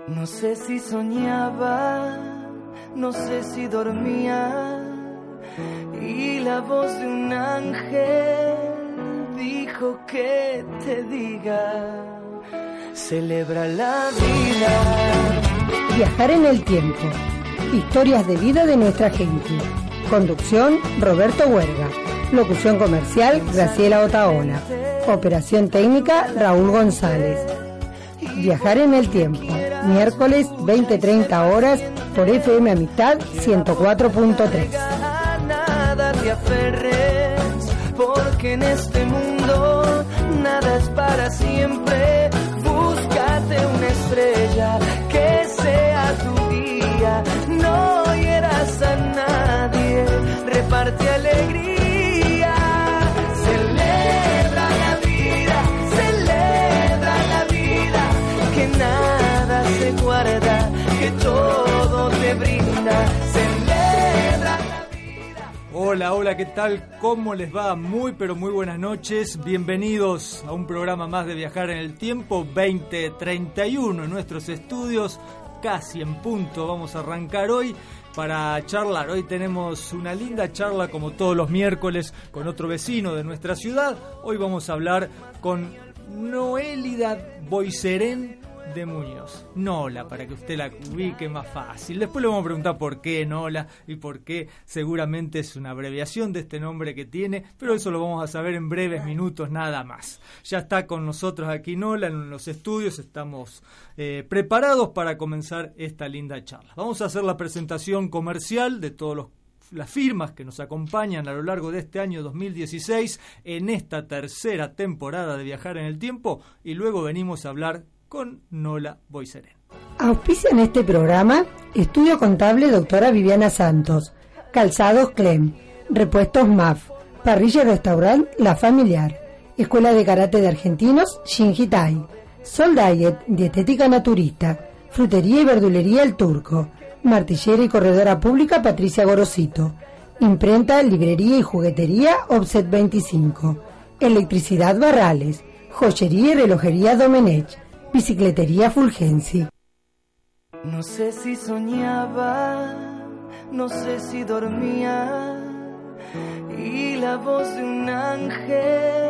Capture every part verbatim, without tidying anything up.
No sé si soñaba, no sé si dormía, y la voz de un ángel dijo que te diga, celebra la vida. Viajar en el tiempo. Historias de vida de nuestra gente. Conducción, Roberto Huerga. Locución comercial, Graciela Otaola. Operación técnica, Raúl González. Viajar en el tiempo. Miércoles, veinte treinta horas, por F M Amistad ciento cuatro punto tres. Nada te aferres, porque en este mundo nada es para siempre. Búscate una estrella que sea tu guía. No hieras a nadie, reparte alegría. Celebra la vida, celebra la vida, que nada se guarda, que todo te brinda. Celebra la vida. Hola, hola, ¿qué tal? ¿Cómo les va? Muy, pero muy buenas noches. Bienvenidos a un programa más de Viajar en el Tiempo, veinte treinta y uno en nuestros estudios, casi en punto. Vamos a arrancar hoy para charlar. Hoy tenemos una linda charla, como todos los miércoles, con otro vecino de nuestra ciudad. Hoy vamos a hablar con Noélida Boiserén de Muñoz. Nola, para que usted la ubique más fácil. Después le vamos a preguntar por qué Nola y por qué seguramente es una abreviación de este nombre que tiene, pero eso lo vamos a saber en breves minutos nada más. Ya está con nosotros aquí Nola en los estudios, estamos eh, preparados para comenzar esta linda charla. Vamos a hacer la presentación comercial de todos los las firmas que nos acompañan a lo largo de este año dos mil dieciséis en esta tercera temporada de Viajar en el Tiempo, y luego venimos a hablar con Nola Boiserén. Auspician este programa Estudio Contable Doctora Viviana Santos, Calzados Clem, Repuestos M A F, Parrilla y Restaurant La Familiar, Escuela de Karate de Argentinos Shinji Tai, Sol Diet, Dietética Naturista, Frutería y Verdulería El Turco, Martillera y Corredora Pública Patricia Gorosito, Imprenta, Librería y Juguetería Offset veinticinco, Electricidad Barrales, Joyería y Relojería Domenech, Bicicletería Fulgenci. No sé si soñaba, no sé si dormía, y la voz de un ángel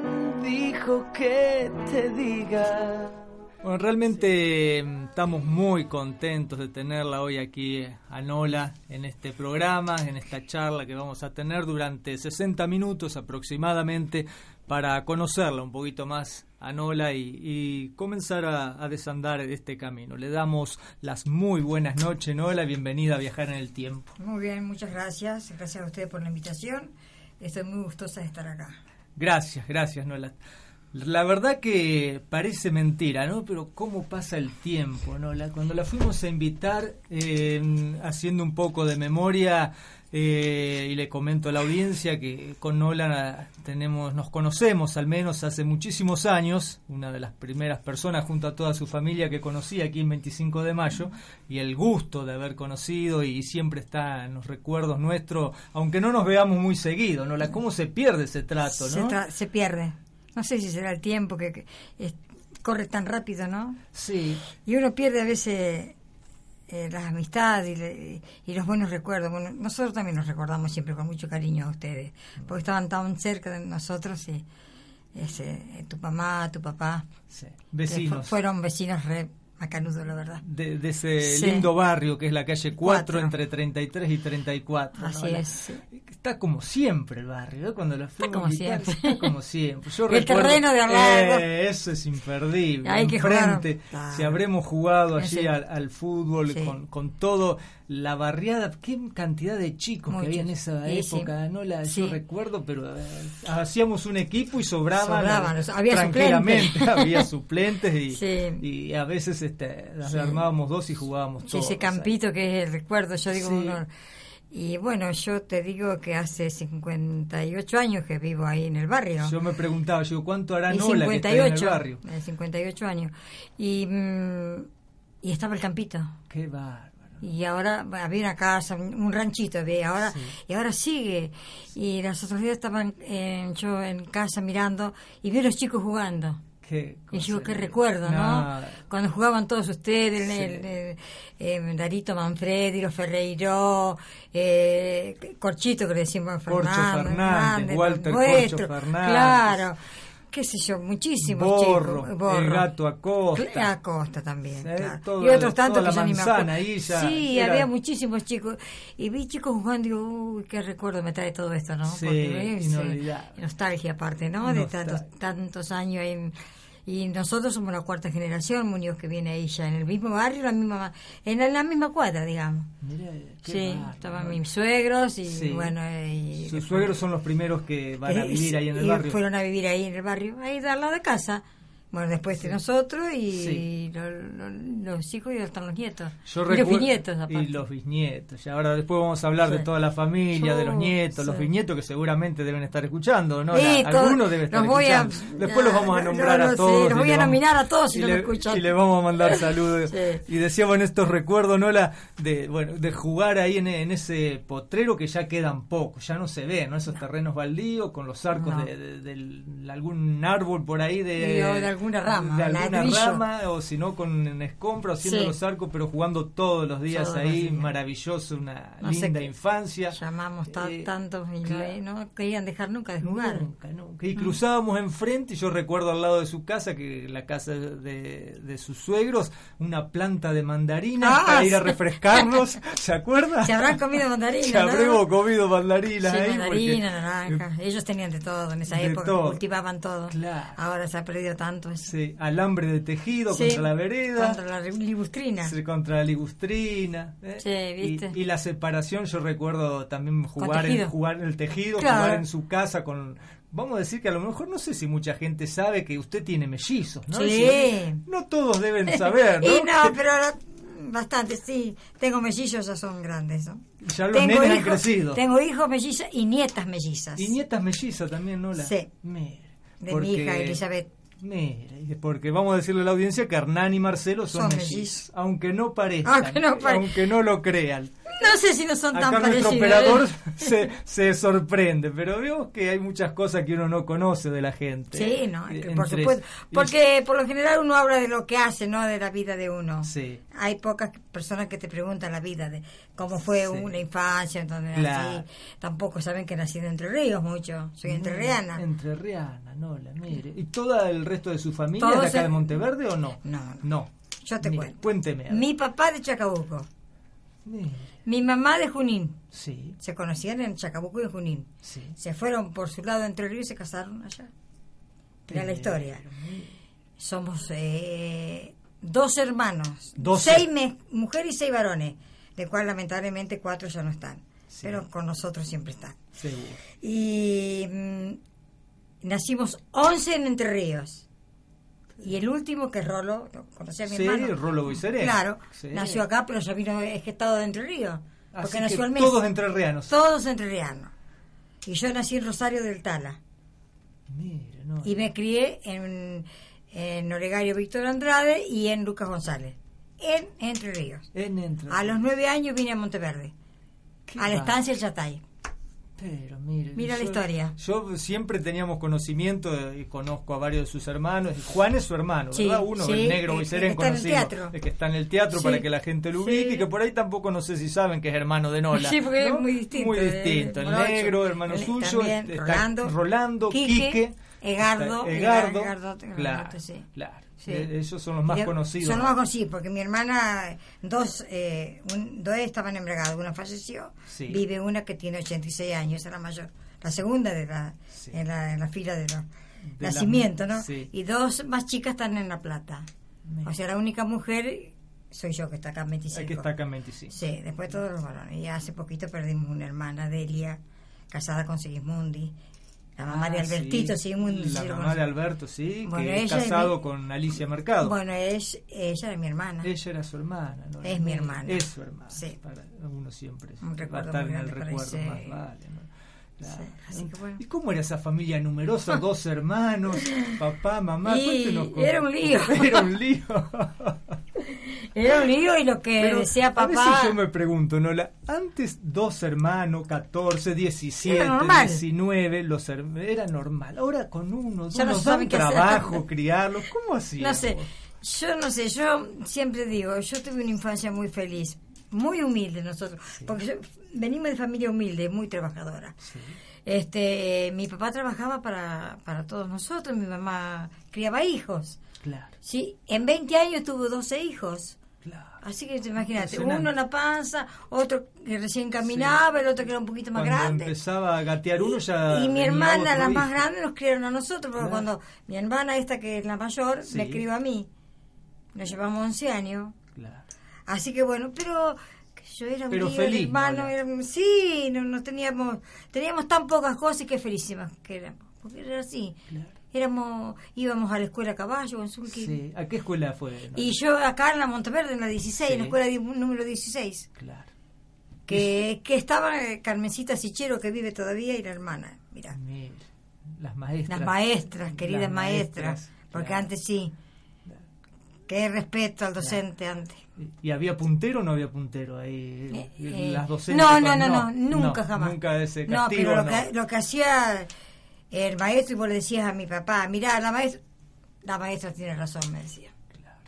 dijo que te diga. Bueno, realmente estamos muy contentos de tenerla hoy aquí a Nola en este programa, en esta charla que vamos a tener durante sesenta minutos aproximadamente, para conocerla un poquito más a Nola y, y comenzar a, a desandar este camino. Le damos las muy buenas noches, Nola, bienvenida a Viajar en el Tiempo. Muy bien, muchas gracias. Gracias a ustedes por la invitación. Estoy muy gustosa de estar acá. Gracias, gracias, Nola. La verdad que parece mentira, ¿no? Pero cómo pasa el tiempo, ¿no? La, cuando la fuimos a invitar, eh, haciendo un poco de memoria, eh, y le comento a la audiencia que con Nola tenemos, nos conocemos al menos hace muchísimos años, una de las primeras personas junto a toda su familia que conocí aquí en veinticinco de mayo, y el gusto de haber conocido, y siempre está en los recuerdos nuestros, aunque no nos veamos muy seguido, ¿no? La, ¿cómo se pierde ese trato, no? Se, tra- se pierde. No sé si será el tiempo que, que es, corre tan rápido, ¿no? Sí. Y uno pierde a veces eh, las amistades y, le, y los buenos recuerdos. Bueno, nosotros también nos recordamos siempre con mucho cariño a ustedes, porque estaban tan cerca de nosotros, y ese, tu mamá, tu papá, sí. Vecinos. Fu- fueron vecinos re macanudos, la verdad. De, de ese Sí. lindo barrio que es la calle cuatro, Cuatro. entre treinta y tres y treinta y cuatro. Así ¿no? La, es. Sí. Está como siempre el barrio, ¿eh? Cuando la fuimos como a invitar, siempre. está como siempre. Yo El recuerdo, terreno de al lado. eh, eso es imperdible. Hay que Enfrente, jugar. si habremos jugado allí Ese. al, al fútbol, Sí. con, con todo, la barriada, qué cantidad de chicos Muchos. que había en esa Sí, época, sí. ¿no? La, Sí. Yo recuerdo, pero eh, hacíamos un equipo y sobraban, Sobraban, eh, había tranquilamente, suplentes. había suplentes y, Sí. y a veces este, las Sí. armábamos dos y jugábamos Sí, todos. ese campito que es el recuerdo, yo digo, Sí. uno, y bueno, yo te digo que hace cincuenta y ocho años que vivo ahí en el barrio. Yo me preguntaba, yo, ¿cuánto hará Y Nola que está en el barrio? eh, cincuenta y ocho años. Y, mm, y estaba el campito. Qué bárbaro. Y ahora bueno, había una casa, un un ranchito, había, ahora, Sí. y ahora sigue. Y los otros días estaban eh, yo en casa mirando y vi a los chicos jugando. Qué Y yo, cosa, qué recuerdo, ¿no? nada. Cuando jugaban todos ustedes, Sí. el, el, el, Darito Manfredi, los Ferreiro, eh, Corchito, que le decimos Corcho Fernando, Fernández, Walter nuestro, Corcho Fernández. Claro, qué sé yo, muchísimos Borro, chicos. Borro. el Gato Acosta. Cla- Acosta también, Sí, claro. toda- Y otros tantos toda que la ya ni me manzana acuerdo. ahí ya Sí, era- había muchísimos chicos. Y vi chicos jugando y digo, uy, qué recuerdo me trae todo esto, ¿no? Sí, Porque es, inolvidable. eh, nostalgia aparte, ¿no? De Nostalgia. tantos, tantos años en... Y nosotros somos la cuarta generación, Muñoz, que viene ahí ya en el mismo barrio, la misma en la, en la misma cuadra, digamos. Mirá, qué Sí, bárbaro. estaban mis suegros y Sí. bueno... Y, Sus suegros son los primeros que van a eh, vivir ahí en el y barrio. fueron a vivir ahí en el barrio, ahí al lado de casa. Bueno, después de nosotros y Sí. lo- lo- los hijos y están los nietos. Yo y los recuerdo- bisnietos, aparte. y los bisnietos. Y ahora después vamos a hablar Sí. de toda la familia, de los Sí, nietos, los sí. bisnietos que seguramente deben estar escuchando, ¿no? Sí, La- todo- algunos deben estar los voy a- escuchando. Después los vamos a ya, nombrar no, no, a sí, todos. los y voy le a vamos- nominar a todos si y no le, me escuchan. y le vamos a mandar saludos. Sí. Y decíamos en estos recuerdos, ¿no? La, de, bueno, de jugar ahí en, en ese potrero que ya quedan pocos, ya no se ven, ¿no? Esos terrenos baldíos con los arcos No. de, de- de algún árbol por ahí de, Sí, o de alguna rama, de alguna ladrillo. rama, o si no con escombro haciendo Sí. los arcos, pero jugando todos los días Todos los ahí, días. maravilloso, una No sé linda qué infancia. Llamamos ta- Eh, tantos y no- claro. no, querían dejar nunca de jugar. Nunca, nunca. Y cruzábamos enfrente, y yo recuerdo al lado de su casa, que la casa de, de sus suegros, una planta de mandarinas Ah, para ir a sí. refrescarnos, ¿se acuerda? Se habrán comido mandarinas, Que ¿no? habremos comido mandarinas Sí, ahí. mandarina, porque- naranja. Ellos tenían de todo en esa De época, todo. cultivaban todo. Claro. Ahora se ha perdido tanto eso. Sí, alambre de tejido Sí, contra la vereda. Contra la libustrina. Sí, contra la ligustrina. ¿eh? Sí, ¿viste? Y, y la separación, yo recuerdo también jugar en, tejido. jugar en el tejido, Claro. jugar en su casa con... Vamos a decir que a lo mejor no sé si mucha gente sabe que usted tiene mellizos, ¿no? Sí. Si- no todos deben saber, ¿no? Y no, pero la- bastante, sí. Tengo mellizos, ya son grandes, ¿no? Ya los nenes han crecido. Tengo hijos mellizas y nietas mellizas. Y nietas mellizas también, ¿no? La, Sí. Mira, de porque- mi hija Elizabeth. Mira, y porque vamos a decirle a la audiencia que Hernán y Marcelo son, Son mellizos, mellizos. aunque no parezcan, Aunque no pare- aunque no lo crean. No sé si no son Acá tan nuestro parecidos. operador ¿eh? se, se sorprende, pero vemos que hay muchas cosas que uno no conoce de la gente. Sí, no, Eh, que por entre- supuesto. y- Porque por lo general uno habla de lo que hace, no de la vida de uno. Sí. Hay pocas personas que te preguntan la vida de cómo fue Sí. una infancia, donde Claro. nací. Tampoco saben que nací de Entre Ríos mucho. Soy entrerriana. Entrerriana, no la mire. ¿Y todo el resto de su familia Todos es de acá de en- Monteverde o no? No, no. No. Yo te Mire, cuento. Cuénteme. a ver. Mi papá de Chacabuco. Mire, Mi mamá de Junín. Sí, Se conocían en Chacabuco y en Junín. sí. Se fueron por su lado de Entre Ríos y se casaron allá. Era la historia. Pero, mire. Somos eh, dos hermanos, Doce. seis me- mujeres y seis varones, de cual lamentablemente cuatro ya no están, Sí. pero con nosotros siempre están. Seguro. Y mm, nacimos once en Entre Ríos. Y el último, que es Rolo, lo conocí a mi Sí, hermano. Rolo Boiserén. Claro, Sí. nació acá, pero ya vino gestado de Entre Ríos. Porque Así nació que al mes. todos entrerrianos. Todos entrerrianos. Y yo nací en Rosario del Tala. Mire, no. Y me crié en, en Olegario Víctor Andrade y en Lucas González, en Entre Ríos. En Entre A los nueve años vine a Monteverde, Qué a la va- estancia El Yatay. Pero mire, Mira la yo- historia. Yo siempre teníamos conocimiento eh, y conozco a varios de sus hermanos. Y Juan es su hermano, Sí, ¿verdad? Uno, sí, el negro el- Boiserén, el que está en el conocido, teatro. el que está en el teatro Sí, para que la gente lo sí. ubique, y que por ahí tampoco no sé si saben que es hermano de Nola. Sí, porque ¿no? es muy distinto. Muy eh, distinto. El morocho. negro, hermano El- suyo, también, está Rolando, Rolando, Quique, Quique, Egardo, está Egardo, Egardo, claro, sí. claro. Sí. Eh, Ellos son los más Y de- conocidos. Son los más conocidos, porque mi hermana, dos, eh, un- dos estaban embriagadas, una falleció, Sí. vive una que tiene ochenta y seis años, es la mayor, la segunda de la, Sí. en, la en la fila de los De nacimientos, la- ¿no? sí. Y dos más chicas están en La Plata. Mira. O sea, la única mujer soy yo, que está acá en veinticinco. Aquí está acá en veinticinco. Sí, después todos los varones. Y hace poquito perdimos una hermana, Delia, casada con Sigismundi. La mamá de Ah, Albertito, sí. Sigismundi. La sí lo mamá conoce. de Alberto, sí, Bueno, que es ella es casado mi- con Alicia Mercado. Bueno, es, ella era mi hermana. Ella era su hermana, ¿no? Es mi hermana. Es su hermana. Sí. Para uno siempre Un va a recuerdo estar muy en el grande para recuerdo ese- más vale, ¿no? Claro. Sí, así que bueno. ¿Y cómo era esa familia numerosa? Dos hermanos, papá, mamá. Y Cuéntenos cómo- era un lío. Era un lío. Era un lío y lo que Pero decía papá... A veces yo me pregunto, ¿no? La, antes dos hermanos, catorce, diecisiete, Era normal. diecinueve, los her- era normal. Ahora con uno, Ya no nos saben dan qué hacer. trabajo, criarlos. ¿Cómo así? No sé, yo no sé, yo siempre digo, yo tuve una infancia muy feliz, muy humilde nosotros, Sí. porque yo- venimos de familia humilde, muy trabajadora. Sí, Este, mi papá trabajaba para, para todos nosotros, mi mamá criaba hijos. claro, Sí, en veinte años tuvo doce hijos. claro. Así que imagínate, Impresionante. uno en la panza, otro que recién caminaba, el otro que era un poquito más Cuando grande. empezaba a gatear uno ya... Y mi venía hermana, otro la más hijo. grande, nos criaron a nosotros, porque Claro. cuando mi hermana, esta que es la mayor, Sí. me crió a mí. Nos llevamos once años. Claro. Así que bueno, pero que yo era un Pero lío, feliz, hermano, ¿no? era- sí, no, no teníamos, teníamos tan pocas cosas y qué felísimas que éramos, porque era así. Claro. Éramos, íbamos a la escuela a caballo en Sulki. Sí. ¿A qué escuela fue? no? Y yo acá en la Monteverde, en la dieciséis, Sí. en la escuela di- número dieciséis, Claro. que, que estaba eh, Carmencita Sichero, que vive todavía, y la hermana, mira. Mira, las maestras. Las maestras, queridas Las maestras, maestras, porque claro. antes sí, qué respeto al docente antes. ¿Y había puntero o no había puntero ahí? Eh, Eh, eh, Las docentes. no, pues, no, no, no, nunca jamás. Nunca ese No, castigo. pero lo, no. Que, lo que hacía el maestro, y vos le decías a mi papá, mirá, la maestra, la maestra tiene razón, me decía. Claro.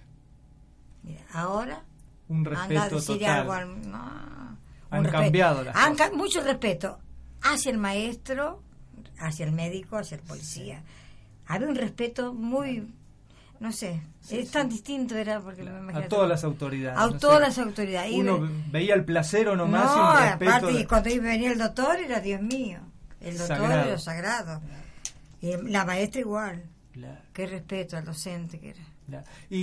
Mira, ahora Un anda a respeto decir total. algo al- no, un Han respeto. cambiado las Han cosas. ca- mucho respeto hacia el maestro, hacia el médico, hacia el policía. Había un respeto muy, no sé, Sí, es sí. tan distinto era porque me A imagino- todas las autoridades. A no todas sé. las autoridades. Y Uno ve- veía el placer o nomás no, y un respeto. aparte, de- y cuando venía el doctor era Dios mío. El doctor Sagrado. era sagrado. Y la maestra igual. Claro, Qué respeto al docente que era. claro.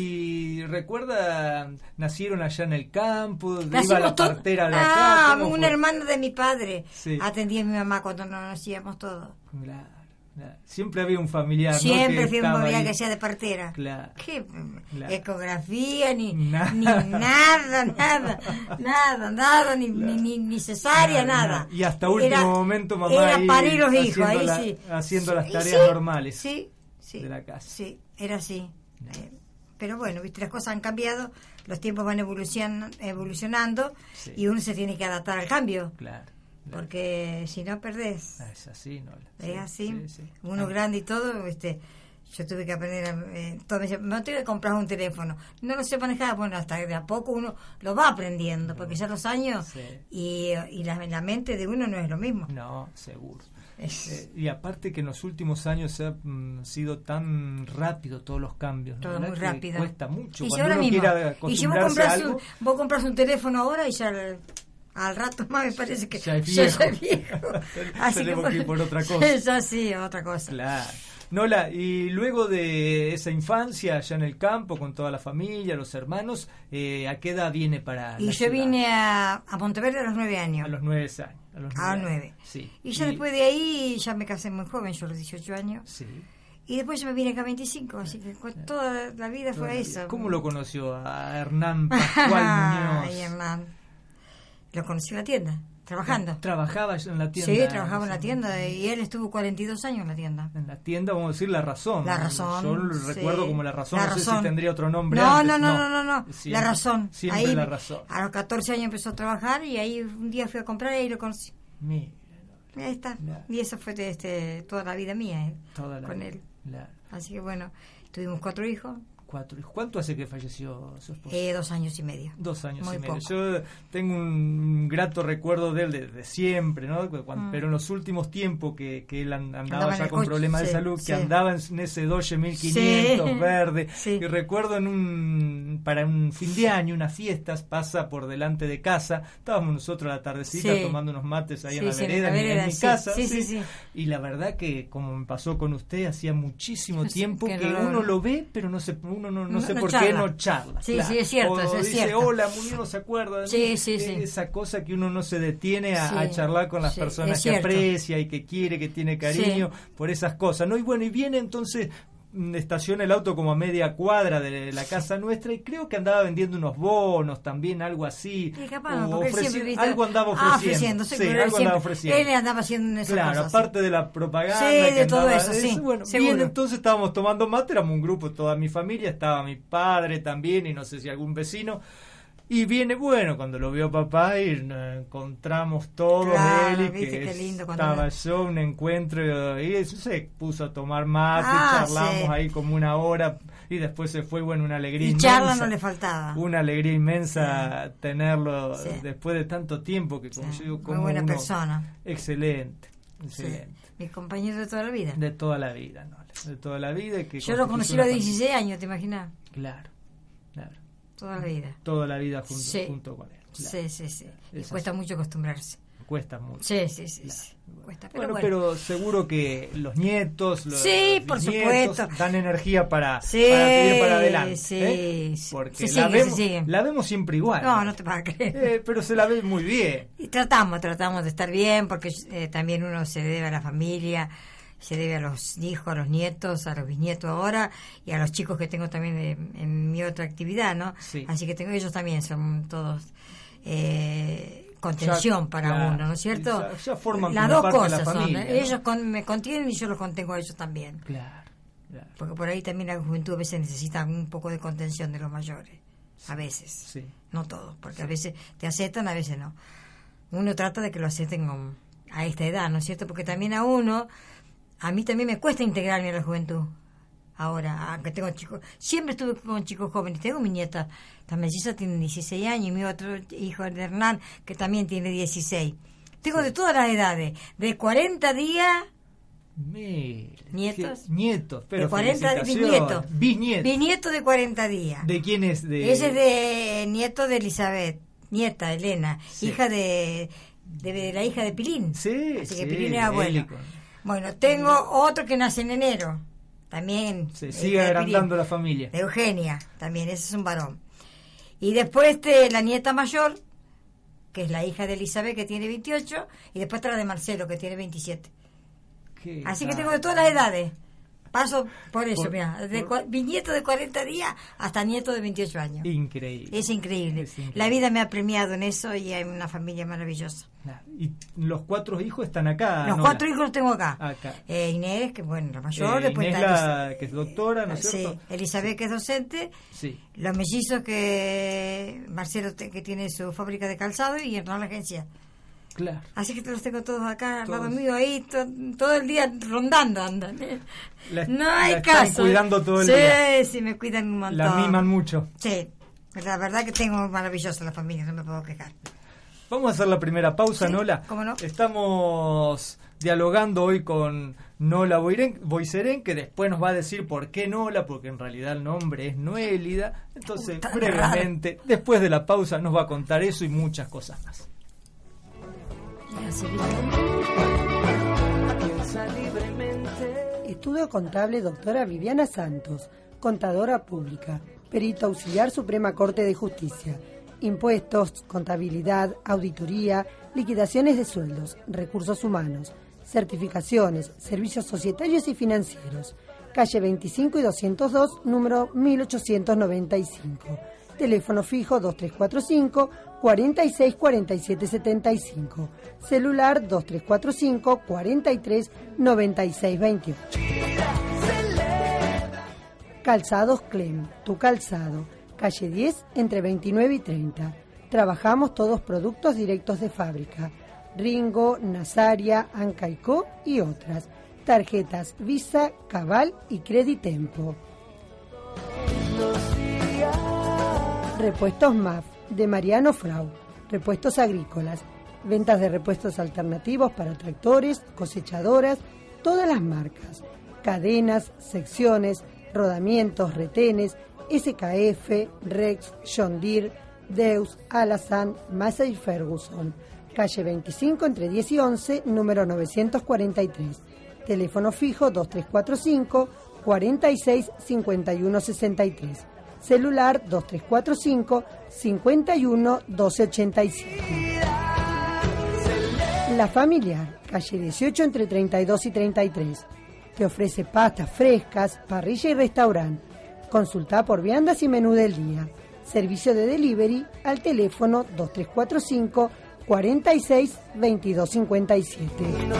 Y recuerda, nacieron allá en el campo, iba Nacimos la todos- partera de Ah, acá. ¿cómo un fue? hermano de mi padre Sí. atendía a mi mamá cuando nos nacíamos todos. Claro, claro. Siempre había un familiar, ¿no? Siempre que fui un estaba familiar ahí. que hacía de partera. Claro. ¿Qué? Claro. Ecografía, ni, Nada. ni nada, nada, nada, nada, ni, ni, ni, ni cesárea, Nada, nada. nada. Y hasta último momento, mamá Era ahí parir los hijos, haciendo ahí la- sí. haciendo las Sí, tareas sí, normales Sí, sí. de la casa. Sí, era así. Eh, pero bueno, viste, las cosas han cambiado, los tiempos van evolucion- evolucionando Sí. y uno se tiene que adaptar al cambio, Claro. claro. porque si no perdés. Ah, es así, ¿no? Es Sí, así, sí, sí. uno Ah, grande y todo, este, yo tuve que aprender, a, eh, todo me decía, me tengo que comprar un teléfono, no lo sé manejar, bueno, hasta de a poco uno lo va aprendiendo, porque ya los años Sí. y, y la, la mente de uno no es lo mismo. No, seguro. Es- Eh, y aparte que en los últimos años se han sido tan rápido todos los cambios, ¿no? todo ¿Verdad muy que rápido. Cuesta mucho. Y si Cuando ahora uno mismo, quiera y si vos acostumbrarse a compras, algo, un, vos compras un teléfono ahora y ya al, al rato más me parece que Ya es ya viejo. es viejo. Tenemos que ir por otra cosa. Eso sí, otra cosa. Claro. Nola, y luego de esa infancia allá en el campo con toda la familia, los hermanos, eh, ¿a qué edad viene para Y la yo ciudad? vine a, a Monteverde a los nueve años. A los nueve años. A los A los años. nueve. Sí. Y ya después de ahí ya me casé muy joven, yo a los dieciocho años. Sí. Y después yo me vine acá a veinticinco, así que cu- toda la vida Toda fue la eso. vida. ¿Cómo lo conoció a Hernán Pascual Muñoz? Ay, Hernán. Lo conocí en la tienda, trabajando. Trabajaba en la tienda. Sí, trabajaba en la tienda y él estuvo cuarenta y dos años en la tienda. En la tienda, vamos a decir La Razón. La Razón. Yo lo sí. recuerdo como La Razón, La no sé si Razón. tendría otro nombre No, antes. no, no, no, no, no. Siempre- La Razón. Siempre Ahí, La Razón. a los catorce años empezó a trabajar y ahí un día fui a comprar y ahí lo conocí. Mira, Y ahí está. Claro. Y eso fue de, este, toda la vida mía eh, toda la con vida. él. Claro. Así que bueno, tuvimos cuatro hijos, Cuatro hijos. ¿Cuánto hace que falleció su esposa? eh, dos años y medio. Dos años Muy y medio. poco. Yo tengo un grato recuerdo de él desde siempre, ¿no? Cuando- Mm. Pero en los últimos tiempos que, que él an- andaba Andaba en ya el con coche, problemas de sí, salud, sí. que andaba en, en ese Dodge mil quinientos Sí. verde. Sí. Y recuerdo en un para un fin de año, unas fiestas, pasa por delante de casa. Estábamos nosotros a la tardecita Sí. tomando unos mates ahí en Sí, la sí, en vereda, la en, en vereda, mi sí. casa. Sí, sí, sí. Y la verdad que, como me pasó con usted, hacía muchísimo Sí, tiempo que que no- uno lo ve, pero no se, uno no, no No- sé no por qué charla. no charla. Sí, claro. sí, es cierto, O eso es dice, cierto. hola, Muñoz, no se acuerda de Sí, mí. sí, sí. Esa cosa que uno no se detiene a, Sí, a charlar con las sí, personas es que cierto. aprecia y que quiere, que tiene cariño por esas cosas, ¿no? Y bueno, y viene entonces estaciona el auto como a media cuadra de la casa nuestra y creo que andaba vendiendo unos bonos también, algo así. Y capaz, no, porque él siempre algo andaba ofreciendo. Ah, ofreciendo, sí, sí, algo siempre, andaba ofreciendo. Él andaba haciendo esas claro, cosas. aparte sí. de la propaganda. Sí, de que todo andaba, eso, sí. Bueno, seguro. bien, entonces estábamos tomando mate, éramos un grupo, toda mi familia, estaba mi padre también y no sé si algún vecino. Y viene, bueno, cuando lo vio papá y nos encontramos todos, claro, él y viste, que qué lindo estaba cuando... yo, un encuentro, y eso se puso a tomar mate, ah, charlamos sí. ahí como una hora, y después se fue, bueno, una alegría y inmensa. charla no le faltaba. Una alegría inmensa sí. tenerlo sí. después de tanto tiempo, que como sí. yo digo, como muy buena uno, persona. Excelente, excelente. Sí. Mi compañero de toda la vida. De toda la vida, ¿no? De toda la vida. Que yo lo conocí a los dieciséis años, ¿te imaginas? Claro, claro. Toda la vida. Toda la vida junto, sí. junto con él. Claro. Sí, sí, sí. Y es cuesta así. mucho acostumbrarse. Cuesta mucho. Sí, sí, sí. Claro. sí. Cuesta, pero bueno, bueno, pero seguro que los nietos, los, sí, los por bisnietos supuesto. dan energía para, sí, para seguir para adelante. Sí, ¿eh? Porque se la, sigue, vemos, se sigue. la vemos siempre igual. No, no, no te vas a creer. Eh, pero se la ve muy bien. Y tratamos, tratamos de estar bien, porque eh, también uno se debe a la familia, se debe a los hijos, a los nietos, a los bisnietos ahora y a los chicos que tengo también de, en mi otra actividad, ¿no? Sí. Así que tengo ellos también, son todos eh, contención ya, para claro, uno, ¿no es cierto? Ya, ya forman las como dos parte cosas de la familia, son, ¿no? ellos con, me contienen y yo los contengo a ellos también. Claro, claro. Porque por ahí también la juventud a veces necesita un poco de contención de los mayores, sí. a veces, sí. no todos, porque sí. a veces te aceptan, a veces no. Uno trata de que lo acepten con, a esta edad, ¿no es cierto? Porque también a uno, a mí también me cuesta integrarme a la juventud. Ahora, aunque tengo chicos, siempre estuve con chicos jóvenes. Tengo mi nieta, la melliza tiene dieciséis años, y mi otro hijo, el de Hernán, que también tiene dieciséis. Tengo sí. de todas las edades, de cuarenta días... Mire, nietos. ¿Qué? Nietos, pero de cuarenta bisnietos. Bisnietos. Bisnieto de cuarenta días. ¿De quién es? De... Ese es de nieto de Elizabeth, nieta, Elena, sí. hija de, de, de la hija de Pilín. Sí, Así sí, que Pilín es abuelo. Élico. Bueno, tengo otro que nace en enero, también. Se sigue agrandando la familia. De Eugenia, también, ese es un varón. Y después este, la nieta mayor, que es la hija de Elizabeth, que tiene veintiocho, y después está la de Marcelo, que tiene veintisiete. Qué Así que raro. tengo de todas las edades. Paso por eso, Por, mira, de por... bisnieto de cuarenta días hasta nieto de veintiocho años. Increíble. Es increíble. Es increíble. La vida me ha premiado en eso y hay una familia maravillosa. Y los cuatro hijos están acá. Los ¿no? cuatro hijos los tengo acá. acá. Eh, Inés, que bueno, la mayor. Eh, después Inés, está la, que es doctora, ¿no es cierto? Sí, Elizabeth, sí. que es docente. Sí. Los mellizos, que Marcelo, te, que tiene su fábrica de calzado, y Hernán la agencia. Claro. Así que los tengo todos acá, al todos. lado mío, ahí, to, todo el día rondando andan. La, no hay la caso. Están cuidando todo el sí, día. Sí, sí, me cuidan un montón. La miman mucho. Sí, la verdad que tengo maravillosa la familia, no me puedo quejar. Vamos a hacer la primera pausa, sí, Nola. ¿Cómo no? Estamos dialogando hoy con Nola Boisserén, que después nos va a decir por qué Nola, porque en realidad el nombre es Noélida. Entonces, Puta brevemente, raro. Después de la pausa, nos va a contar eso y muchas cosas más. Estudio contable doctora Viviana Santos, contadora pública, perito auxiliar Suprema Corte de Justicia, impuestos, contabilidad, auditoría, liquidaciones de sueldos, recursos humanos, certificaciones, servicios societarios y financieros. Calle veinticinco y doscientos dos, número mil ochocientos noventa y cinco. Teléfono fijo dos tres cuatro cinco, cuatro seis cuatro siete siete cinco. Celular dos tres cuatro cinco, cuatro tres nueve seis dos ocho. Calzados Clem, tu calzado. Calle diez, entre veintinueve y treinta. Trabajamos todos productos directos de fábrica. Ringo, Nazaria, Ancaicó y otras. Tarjetas Visa, Cabal y Creditempo. Repuestos M A F, de Mariano Frau. Repuestos agrícolas. Ventas de repuestos alternativos para tractores, cosechadoras, todas las marcas. Cadenas, secciones, rodamientos, retenes, S K F, Rex, John Deere, Deus, Alazan, Massey Ferguson. Calle veinticinco, entre diez y once, número novecientos cuarenta y tres. Teléfono fijo dos tres cuatro cinco, cuatro seis cinco uno seis tres. Celular dos tres cuatro cinco, cinco uno doce ochenta y siete. La Familiar, calle dieciocho, entre treinta y dos y treinta y tres. Te ofrece pastas frescas, parrilla y restaurante. Consulta por viandas y menú del día. Servicio de delivery al teléfono dos tres cuatro cinco, cuarenta y seis, veintidós cincuenta y siete.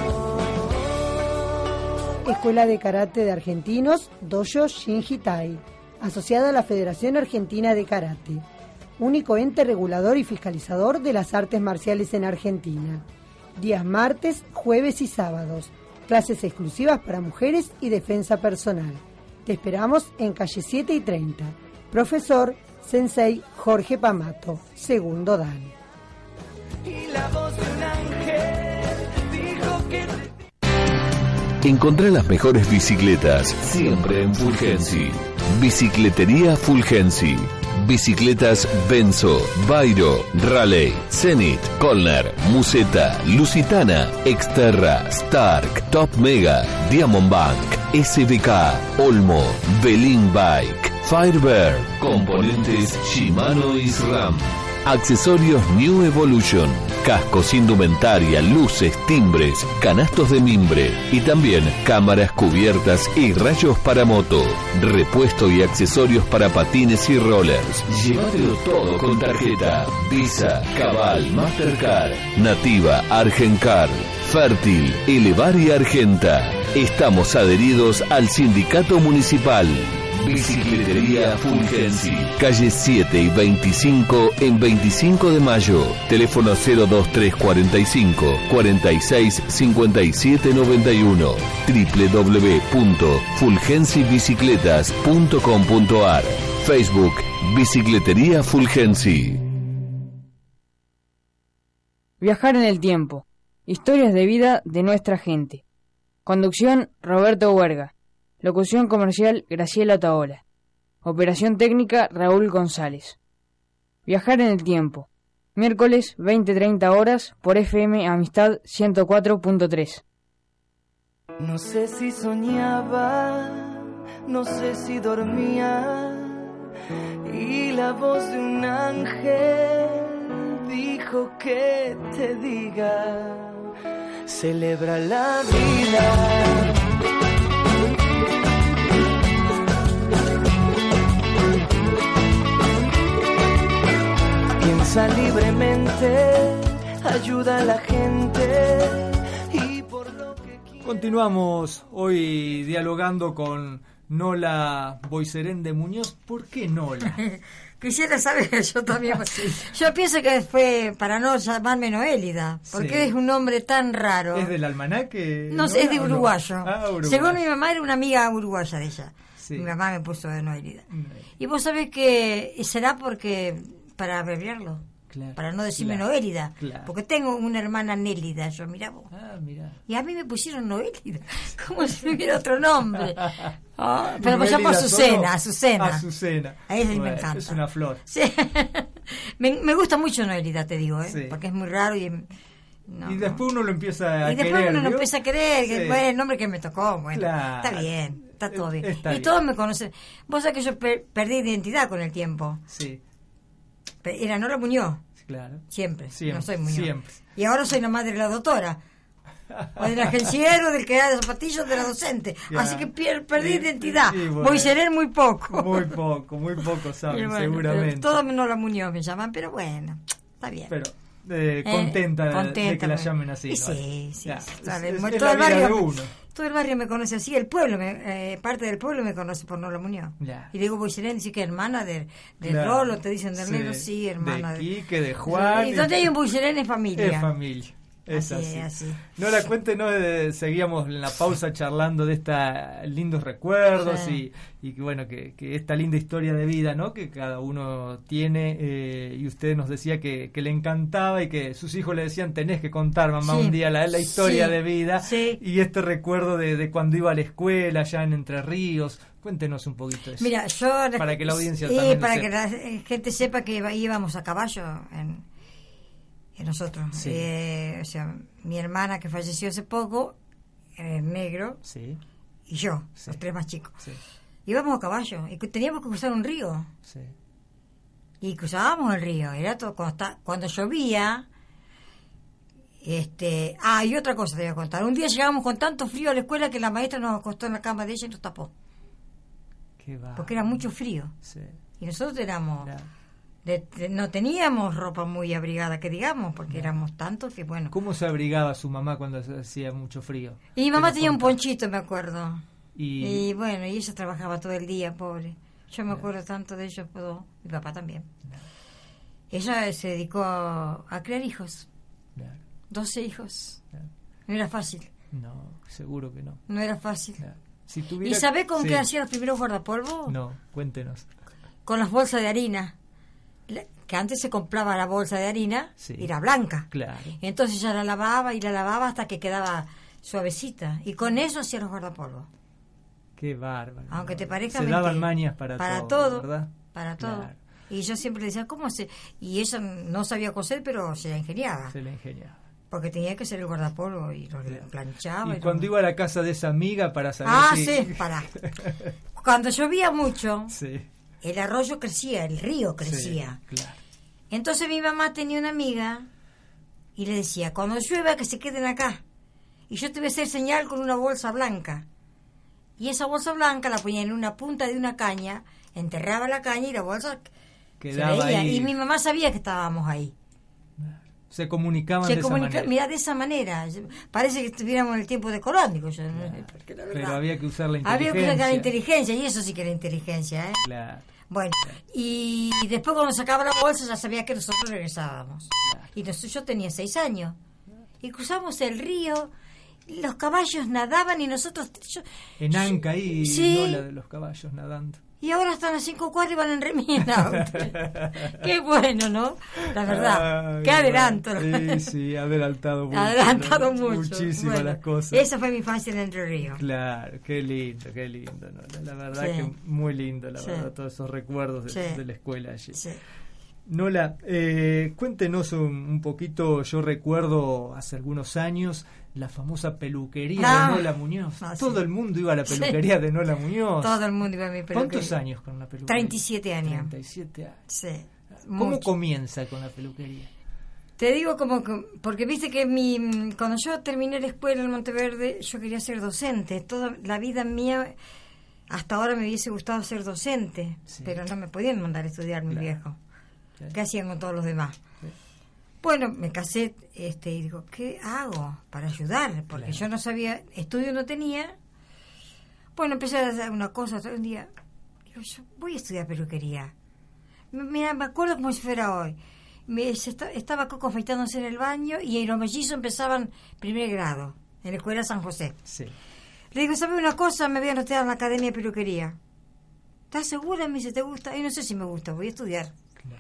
Escuela de Karate de Argentinos, Dojo Shinji Tai, asociada a la Federación Argentina de Karate, único ente regulador y fiscalizador de las artes marciales en Argentina. Días martes, jueves y sábados. Clases exclusivas para mujeres y defensa personal. Te esperamos en calle siete y treinta. Profesor Sensei Jorge Pamato, segundo Dan. Y la voz de un ángel dijo que te... Encontrá las mejores bicicletas siempre en Fulgensi. Bicicletería Fulgensi. Bicicletas Benzo, Bairo, Raleigh, Zenit, Colner, Musetta, Lusitana, Exterra, Stark, Top Mega, Diamond Bank, S B K, Olmo, Belin Bike, Firebird, componentes Shimano y SRAM. Accesorios New Evolution, cascos, indumentaria, luces, timbres, canastos de mimbre y también cámaras, cubiertas y rayos para moto, repuesto y accesorios para patines y rollers. Llévatelo todo con tarjeta Visa, Cabal, Mastercard, Nativa, Argencard, Fértil, Elevar y Argenta. Estamos adheridos al Sindicato Municipal. Bicicletería Fulgensi, calle siete y veinticinco en veinticinco de mayo. Teléfono cero dos tres cuarenta y cinco, cuarenta y seis, cincuenta y siete noventa y uno. doble u doble u doble u punto fulgensi bicicletas punto com punto a r. Facebook Bicicletería Fulgensi. Viajar en el tiempo. Historias de vida de nuestra gente. Conducción Roberto Huerga. Locución comercial Graciela Taola. Operación técnica Raúl González. Viajar en el tiempo. Miércoles veinte treinta horas por F M Amistad ciento cuatro punto tres. No sé si soñaba, no sé si dormía, y la voz de un ángel dijo que te diga, celebra la vida. Piensa libremente, ayuda a la gente y por lo que quiera... Continuamos hoy dialogando con Nola Boiserén de Muñoz. ¿Por qué Nola? Quisiera saber, yo también. Sí. Yo pienso que fue para no llamarme Noélida, porque sí. Es un nombre tan raro. ¿Es del almanaque? No, no es de uruguayo. No? Ah, uruguayo. Según mi mamá, era una amiga uruguaya de ella. Sí. Mi mamá me puso de Noélida. Mm. Y vos sabés que será porque... para abreviarlo, claro, para no decirme claro, Noélida, claro. Porque tengo una hermana Nélida, yo mirá vos. Ah, mirá. Y a mí me pusieron Noélida, como si hubiera otro nombre. Oh, pero me llamo Azucena, Azucena. Azucena. A ella bueno, me encanta. Es una flor. Sí. me, me gusta mucho Noélida, te digo, ¿eh? Sí. Porque es muy raro y... No, y después uno lo empieza a y querer. Y después uno ¿vio? lo empieza a querer, sí. que fue el nombre que me tocó, bueno, claro. Está bien, está todo bien. Está y bien. Todos me conocen. Vos sabés que yo per- perdí identidad con el tiempo. Sí. Era Nola Muñoz. Claro. Siempre. Siempre. No soy Muñoz. Siempre. Y ahora soy la madre de la doctora. O del agenciero, del que da de zapatillos, de la docente. Ya. Así que pier- perdí sí, identidad. Sí, bueno. Voy a ser muy poco. Muy poco, muy poco, saben, bueno, seguramente. Todos Nola Muñoz me llaman, pero bueno, está bien. Pero eh, contenta, eh, contenta de que la llamen así. ¿No? Sí, sí. Ya. sí es, claro, es, todo, es el la barrio, vida de uno. Todo el barrio me conoce así. El pueblo, me, eh, parte del pueblo me conoce por Nola Muñoz. Ya. Y digo, voy a dice que hermana de, de claro. Rolo, te dicen del sí. negro, sí, hermana de Quique, de Juan. Y donde hay un Bullerén es familia. Es familia. Es así. así. así. No la cuente, no eh, seguíamos en la pausa charlando de estos lindos recuerdos sí. y, y que bueno, que, que esta linda historia de vida, ¿no? Que cada uno tiene eh, y usted nos decía que, que le encantaba y que sus hijos le decían tenés que contar, mamá, sí. un día la, la historia sí. de vida sí. y este recuerdo de, de cuando iba a la escuela allá en Entre Ríos. Cuéntenos un poquito de eso. Mira, yo para que la audiencia sí, también para sepa. que la gente sepa que íbamos a caballo en Y nosotros, sí. eh, o sea, mi hermana que falleció hace poco, eh, negro, sí. y yo, sí. los tres más chicos. Sí. Íbamos a caballo y teníamos que cruzar un río. Sí. Y cruzábamos el río. Era todo cuando, está, cuando llovía, Este, ah, y otra cosa te voy a contar. Un día llegamos con tanto frío a la escuela que la maestra nos acostó en la cama de ella y nos tapó. Qué va. Porque era mucho frío. Sí. Y nosotros éramos... Mirá. De, de- no teníamos ropa muy abrigada, que digamos, porque éramos tantos que, bueno. ¿Cómo se abrigaba su mamá cuando se hacía mucho frío? Y mi mamá ¿Qué nos tenía un contás? ponchito, me acuerdo. Y, Y bueno, y ella trabajaba todo el día, pobre. Yo me acuerdo tanto de ellos, puedo, mi papá también. Ella se dedicó a, a criar hijos, Claro, doce hijos. claro. No era fácil, No, seguro que no. no era fácil. Claro. Si ¿Y tuviera... sabe con Sí. qué hacía los primeros guardapolvos? No, cuéntenos. Con las bolsas de harina. La- Que antes se compraba la bolsa de harina Sí. y era blanca. Claro. Entonces ya la lavaba y la lavaba hasta que quedaba suavecita. Y con eso hacía los guardapolvos. Qué bárbaro. Aunque te parezca Se mentira. daban mañas para, para todo, todo, ¿verdad? para todo. Claro, Y yo siempre le decía, ¿cómo se...? Y ella no sabía coser, pero se la ingeniaba. se le ingeniaba. Porque tenía que ser el guardapolvo y lo Claro. planchaba. Y y cuando lo- iba a la casa de esa amiga para saber Ah, si... sí, pará. Cuando llovía mucho, Sí, el arroyo crecía, el río crecía. sí, claro. Entonces mi mamá tenía una amiga y le decía, cuando llueva que se queden acá. Y yo te voy a hacer señal con una bolsa blanca. Y esa bolsa blanca la ponía en una punta de una caña, enterraba la caña y la bolsa Quedaba se veía. ahí. Y mi mamá sabía que estábamos ahí. Se comunicaban Se de comunica, esa manera. mira, de esa manera. Parece que estuviéramos en el tiempo de Colón, digo yo. ¿no? Porque la Pero verdad, había que usar la había inteligencia. que usar la inteligencia, y eso sí que era inteligencia, ¿eh? Claro. Bueno, y después cuando sacaba la bolsa ya sabía que nosotros regresábamos. Y nos- yo tenía seis años. Y cruzamos el río, los caballos nadaban y nosotros... yo- En Anca ahí, Sí. no la de los caballos nadando. y ahora están a cinco cuadras y van en remis en auto. Qué bueno, ¿no? La verdad, Ay, qué adelanto. bueno. Sí, sí, adelantado mucho. Adelantado ¿no? mucho. Muchísimas Bueno, las cosas. Esa fue mi infancia en Entre Ríos. Claro, qué lindo, qué lindo. ¿no? La, la verdad Sí. que muy lindo, la Sí. verdad, todos esos recuerdos de, Sí. de la escuela allí. Sí. Nola, eh, cuéntenos un, un poquito, yo recuerdo hace algunos años la famosa peluquería Ah. de Nola Muñoz. Ah, sí. Todo el mundo iba a la peluquería de Nola Muñoz. Todo el mundo iba a mi peluquería. ¿Cuántos años con la peluquería? treinta y siete años. treinta y siete años. Sí. ¿Cómo mucho. comienza con la peluquería? Te digo como que, porque viste que mi cuando yo terminé la escuela en Monteverde, yo quería ser docente. Toda la vida mía, hasta ahora me hubiese gustado ser docente, Sí. pero no me podían mandar a estudiar, mi Claro. viejo. Sí. ¿Qué hacían con todos los demás? Sí. Bueno, me casé este, y digo, ¿qué hago para ayudar? Porque Claro. yo no sabía, estudio no tenía. Bueno, empecé a hacer una cosa, otro un día, digo, yo voy a estudiar peluquería. M- Mira, me acuerdo como si fuera hoy. Me, se esta- estaba Coco afeitándose en el baño y los mellizos empezaban primer grado, en la escuela San José. Sí. Le digo, ¿sabes una cosa? Me voy a anotar en la academia de peluquería. ¿Estás segura? Me dice, ¿te gusta? Y no sé si me gusta, voy a estudiar. Claro.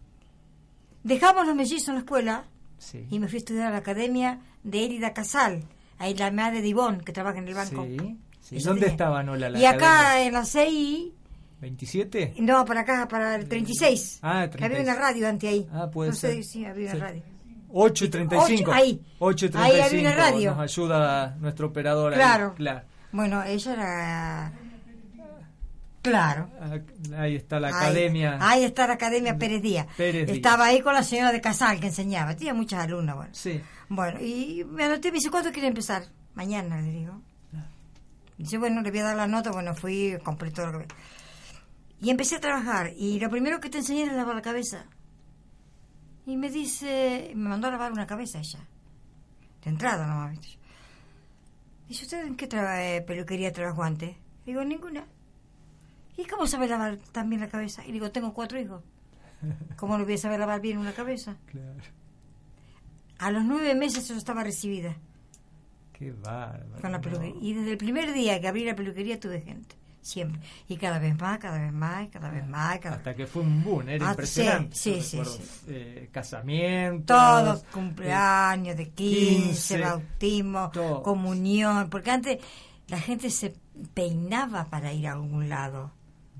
Dejamos los mellizos en la escuela Sí. y me fui a estudiar a la academia de Érida Casal, ahí la madre de Ivonne, que trabaja en el banco. Sí, sí. Ella ¿Dónde tenía- estaba Nola? La Y acá academia? en la C I, ¿veintisiete? no, para acá, para el treinta y seis. Ah, Que había treinta y seis. una radio ante ahí. Ah, puede no sé, ser. sí, había Sí. una radio. ocho y treinta y cinco. Ocho, ahí. ocho y Ahí treinta y había una cinco. radio. Nos ayuda nuestro operador. ahí. Claro. Claro. Bueno, ella era... Claro. Ah, Ahí está la Ahí- academia. Ahí, está la Academia Pérez Díaz. Pérez Díaz. Estaba ahí con la señora de Casal que enseñaba. Tenía muchas alumnas, bueno. Sí. Bueno, y me anoté, me dice, ¿cuándo quiere empezar? Mañana, le digo. Dice, bueno, le voy a dar la nota, bueno, fui, compré todo lo que... Y empecé a trabajar, y lo primero que te enseñé era lavar la cabeza. Y me dice, me mandó a lavar una cabeza ella. De entrada nomás, ¿viste? Dice, ¿usted en qué tra- eh, peluquería trabajó antes? Digo, en ninguna. ¿Y cómo sabe lavar también la cabeza? Y digo, tengo cuatro hijos. ¿Cómo no voy a saber lavar bien una cabeza? Claro. A los nueve meses yo estaba recibida Qué bárbaro. con la no. peluquería. Y desde el primer día que abrí la peluquería tuve gente. Siempre. Y cada vez más, cada vez más, cada vez más. Cada... Hasta que fue un boom, era Ah, impresionante. sí, Yo sí, recuerdo, sí. eh, casamientos. Todos, cumpleaños de quince, quince, bautismo, todo. comunión. Porque antes la gente se peinaba para ir a algún lado.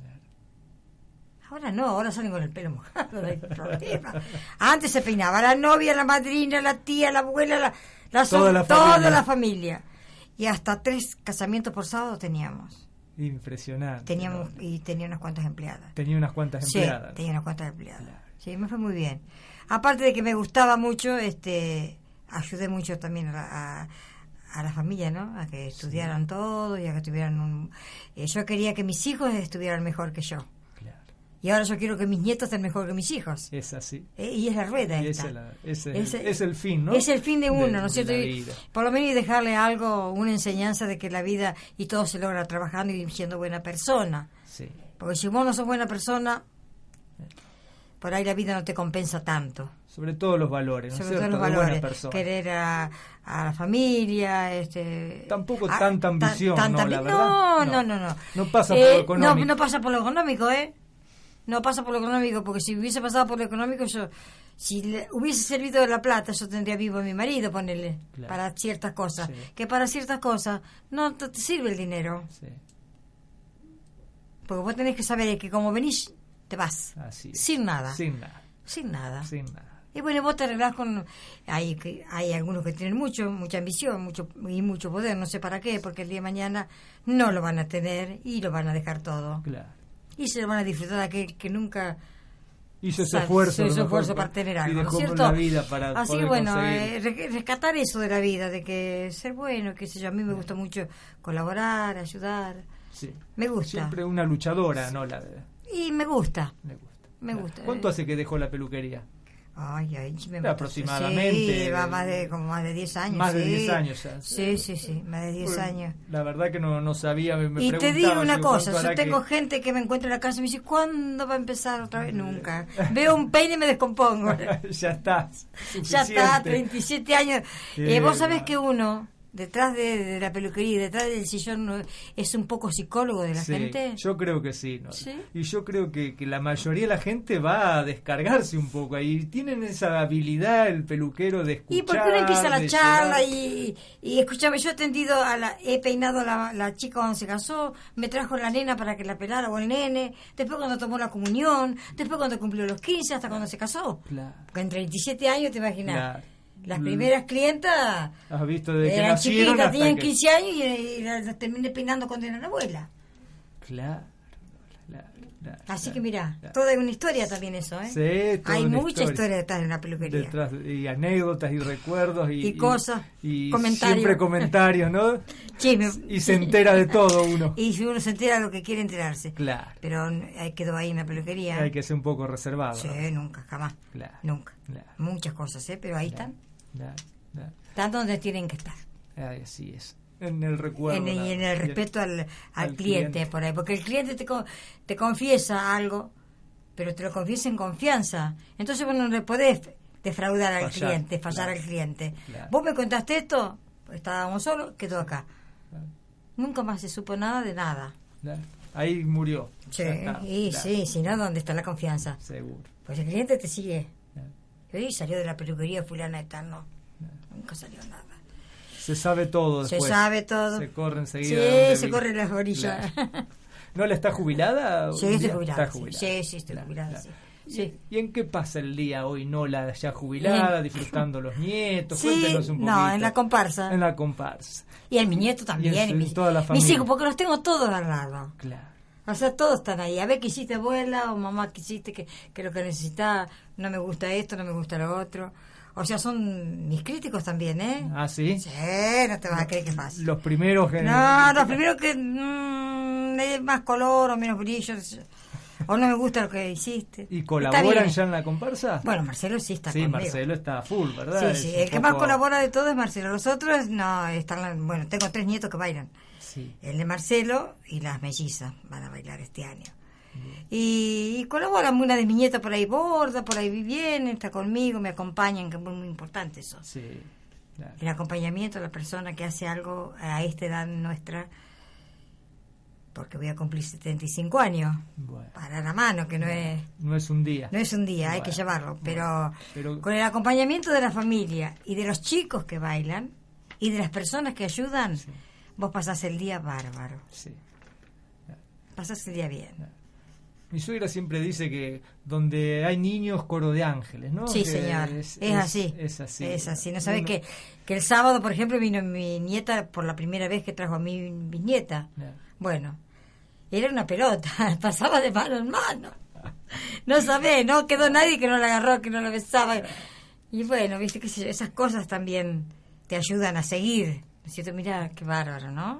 Ahora no, ahora salen con el pelo mojado, no hay problema. Antes se peinaba la novia, la madrina, la tía, la abuela, la, la so- Toda la toda familia. la familia. Y hasta tres casamientos por sábado teníamos. Impresionante. Teníamos ¿no? y tenía unas cuantas empleadas. Tenía unas cuantas Sí, empleadas. tenía unas cuantas empleadas. Claro. Sí, me fue muy bien. Aparte de que me gustaba mucho este ayudé mucho también a la, a, a la familia, ¿no? A que estudiaran sí. todos y a que tuvieran un... Eh, yo quería que mis hijos estuvieran mejor que yo. Claro. Y ahora yo quiero que mis nietos estén mejor que mis hijos. Es así. Eh, y es la rueda y esta. Es, la, es, el, es, es el fin, ¿no? Es el fin de uno, de, ¿no es cierto? Y por lo menos dejarle algo, una enseñanza de que la vida y todo se logra trabajando y siendo buena persona. Sí. Porque si vos no sos buena persona, por ahí la vida no te compensa tanto. Sobre todo los valores, ¿no es Sobre cierto? todo los valores. Buena Querer a, a la familia, este... Tampoco a, tanta ambición, tan, ¿no? tanta, La verdad. No, no, no, no. No pasa eh, por lo económico. No, no pasa por lo económico, ¿eh? No pasa por lo económico, porque si hubiese pasado por lo económico, yo... Si le hubiese servido de la plata, yo tendría vivo a mi marido, ponerle, claro. para ciertas cosas. Sí. Que para ciertas cosas no te, te sirve el dinero. Sí. Porque vos tenés que saber que como venís, te vas. Así es. Sin nada. Sin nada. Sin nada. Sin nada. Y bueno, vos te arreglás con... Hay, hay algunos que tienen mucho, mucha ambición mucho y mucho poder, no sé para qué, porque el día de mañana no lo van a tener y lo van a dejar todo. Claro. Y se lo van a disfrutar a aquel que nunca... hizo ese esfuerzo, hizo esfuerzo para tener algo, ¿no es cierto? La vida para Así poder que bueno, conseguir. eh, rescatar eso de la vida, de que ser bueno, qué sé yo, a mí me gusta mucho colaborar, ayudar. Sí. Me gusta. Siempre una luchadora, ¿no? La de... Y me gusta. Me gusta. Me claro. gusta. ¿Cuánto hace que dejó la peluquería? Ay, ay, me mata. Aproximadamente. Sí, va más de, como más de diez años. Más sí. de diez años ya. Sí, sí, sí, más de diez años. La verdad que no, no sabía, me, me y te digo una digo, cosa, yo tengo que... gente que me encuentra en la casa y me dice, ¿cuándo va a empezar otra vez? Nunca. Veo un peine y me descompongo. Ya está. Ya está, treinta y siete años. Sí, eh, vos sabés que uno... detrás de, de la peluquería, detrás del sillón, es un poco psicólogo de la sí, gente. Yo creo que sí, ¿no? ¿Sí? Y yo creo que, que la mayoría de la gente va a descargarse un poco ahí. Tienen esa habilidad el peluquero de escuchar. Y porque uno empieza la charla llevar... y, y escúchame, yo he atendido a la, he peinado a la, la chica cuando se casó, me trajo la nena para que la pelara o el nene, después cuando tomó la comunión, después cuando cumplió los quince, hasta cuando se casó. Claro. Porque en treinta y siete años, te imaginas. Claro. Las primeras clientas has visto de que eran nacieron chiquitas, hasta tenían que... quince años y, y las terminé peinando cuando era la abuela. Claro, claro, claro. Así claro, que mirá, claro. toda una historia también eso, ¿eh? Sí, toda hay una mucha historia. historia detrás de una peluquería. Detrás, y anécdotas y recuerdos y, y cosas, y, y comentarios. siempre comentarios, ¿no? Chisme. Y se entera de todo uno. Y si uno se entera de lo que quiere enterarse. Claro. Pero quedó ahí en la peluquería. Hay que ser un poco reservado. Sí, ¿no? nunca, jamás. Claro. Nunca. Claro. Muchas cosas, ¿eh? Pero ahí Claro. están. Claro. Claro. Están donde tienen que estar. Ay, así es. En el recuerdo. En, y en el respeto al, al, al cliente, cliente, por ahí. Porque el cliente te, te confiesa algo, pero te lo confiesa en confianza. Entonces vos no le podés defraudar al fallar, cliente, fallar claro, al cliente. Claro. Vos me contaste esto, estábamos solos, quedó acá. Claro. Nunca más se supo nada de nada. Claro. Ahí murió. Sí, está, y claro. sí, si no, ¿dónde está la confianza? Seguro. Pues el cliente te sigue. Claro. Y salió de la peluquería fulana de tal, no. Nunca salió nada. Se sabe todo después. Se sabe todo. Se corre enseguida. Sí, se corre las orillas. Claro. ¿No le está jubilada? Sí, estoy jubilada. Está jubilada. Sí, sí, estoy claro, jubilada. claro. Sí. Sí. ¿Y en qué pasa el día hoy? ¿No la ya jubilada, disfrutando los nietos? Sí, Cuéntenos un poquito. no, en la comparsa. En la comparsa. Y en mi nieto también. Y en, y en mis, toda la familia. mis hijos, porque los tengo todos al lado. Claro. O sea, todos están ahí. A ver qué hiciste, abuela, o mamá, qué hiciste, que, que lo que necesitaba, no me gusta esto, no me gusta lo otro. O sea, son mis críticos también, ¿eh? ¿Ah, sí? Sí, no te vas a creer que pasa. Los primeros que... No, los primeros que mmm, hay más color o menos brillo, o no me gusta lo que hiciste. ¿Y colaboran ya en la comparsa? Bueno, Marcelo sí está Sí, conmigo. Marcelo está full, ¿verdad? Sí, sí, Es el que poco... más colabora de todo es Marcelo. Los otros, no, están, bueno, tengo tres nietos que bailan. Sí. El de Marcelo y las mellizas van a bailar este año. Y, y colaboran, una de mis nietas por ahí borda, por ahí viene, está conmigo, me acompañan, que es muy, muy importante eso. Sí, claro. El acompañamiento a la persona que hace algo a esta edad nuestra, porque voy a cumplir setenta y cinco años, Bueno. para la mano, que no es No es un día. no es un día, hay Bueno, que llevarlo, pero, bueno, pero- con el acompañamiento de la familia y de los chicos que bailan y de las personas que ayudan, Sí. vos pasás el día bárbaro, Sí. pasás el día bien. Mi suegra siempre dice que donde hay niños, coro de ángeles, ¿no? Sí, Que señor, es, es, es- así, Es así. es así. ¿No sabés Uno- que, que el sábado, por ejemplo, vino mi nieta por la primera vez que trajo a mi bisnieta? Ya. Bueno, era una pelota, pasaba de mano en mano. No sabés, no quedó nadie que no la agarró, que no la besaba. Y bueno, viste que esas cosas también te ayudan a seguir, ¿no es cierto? Mirá, qué bárbaro, ¿no?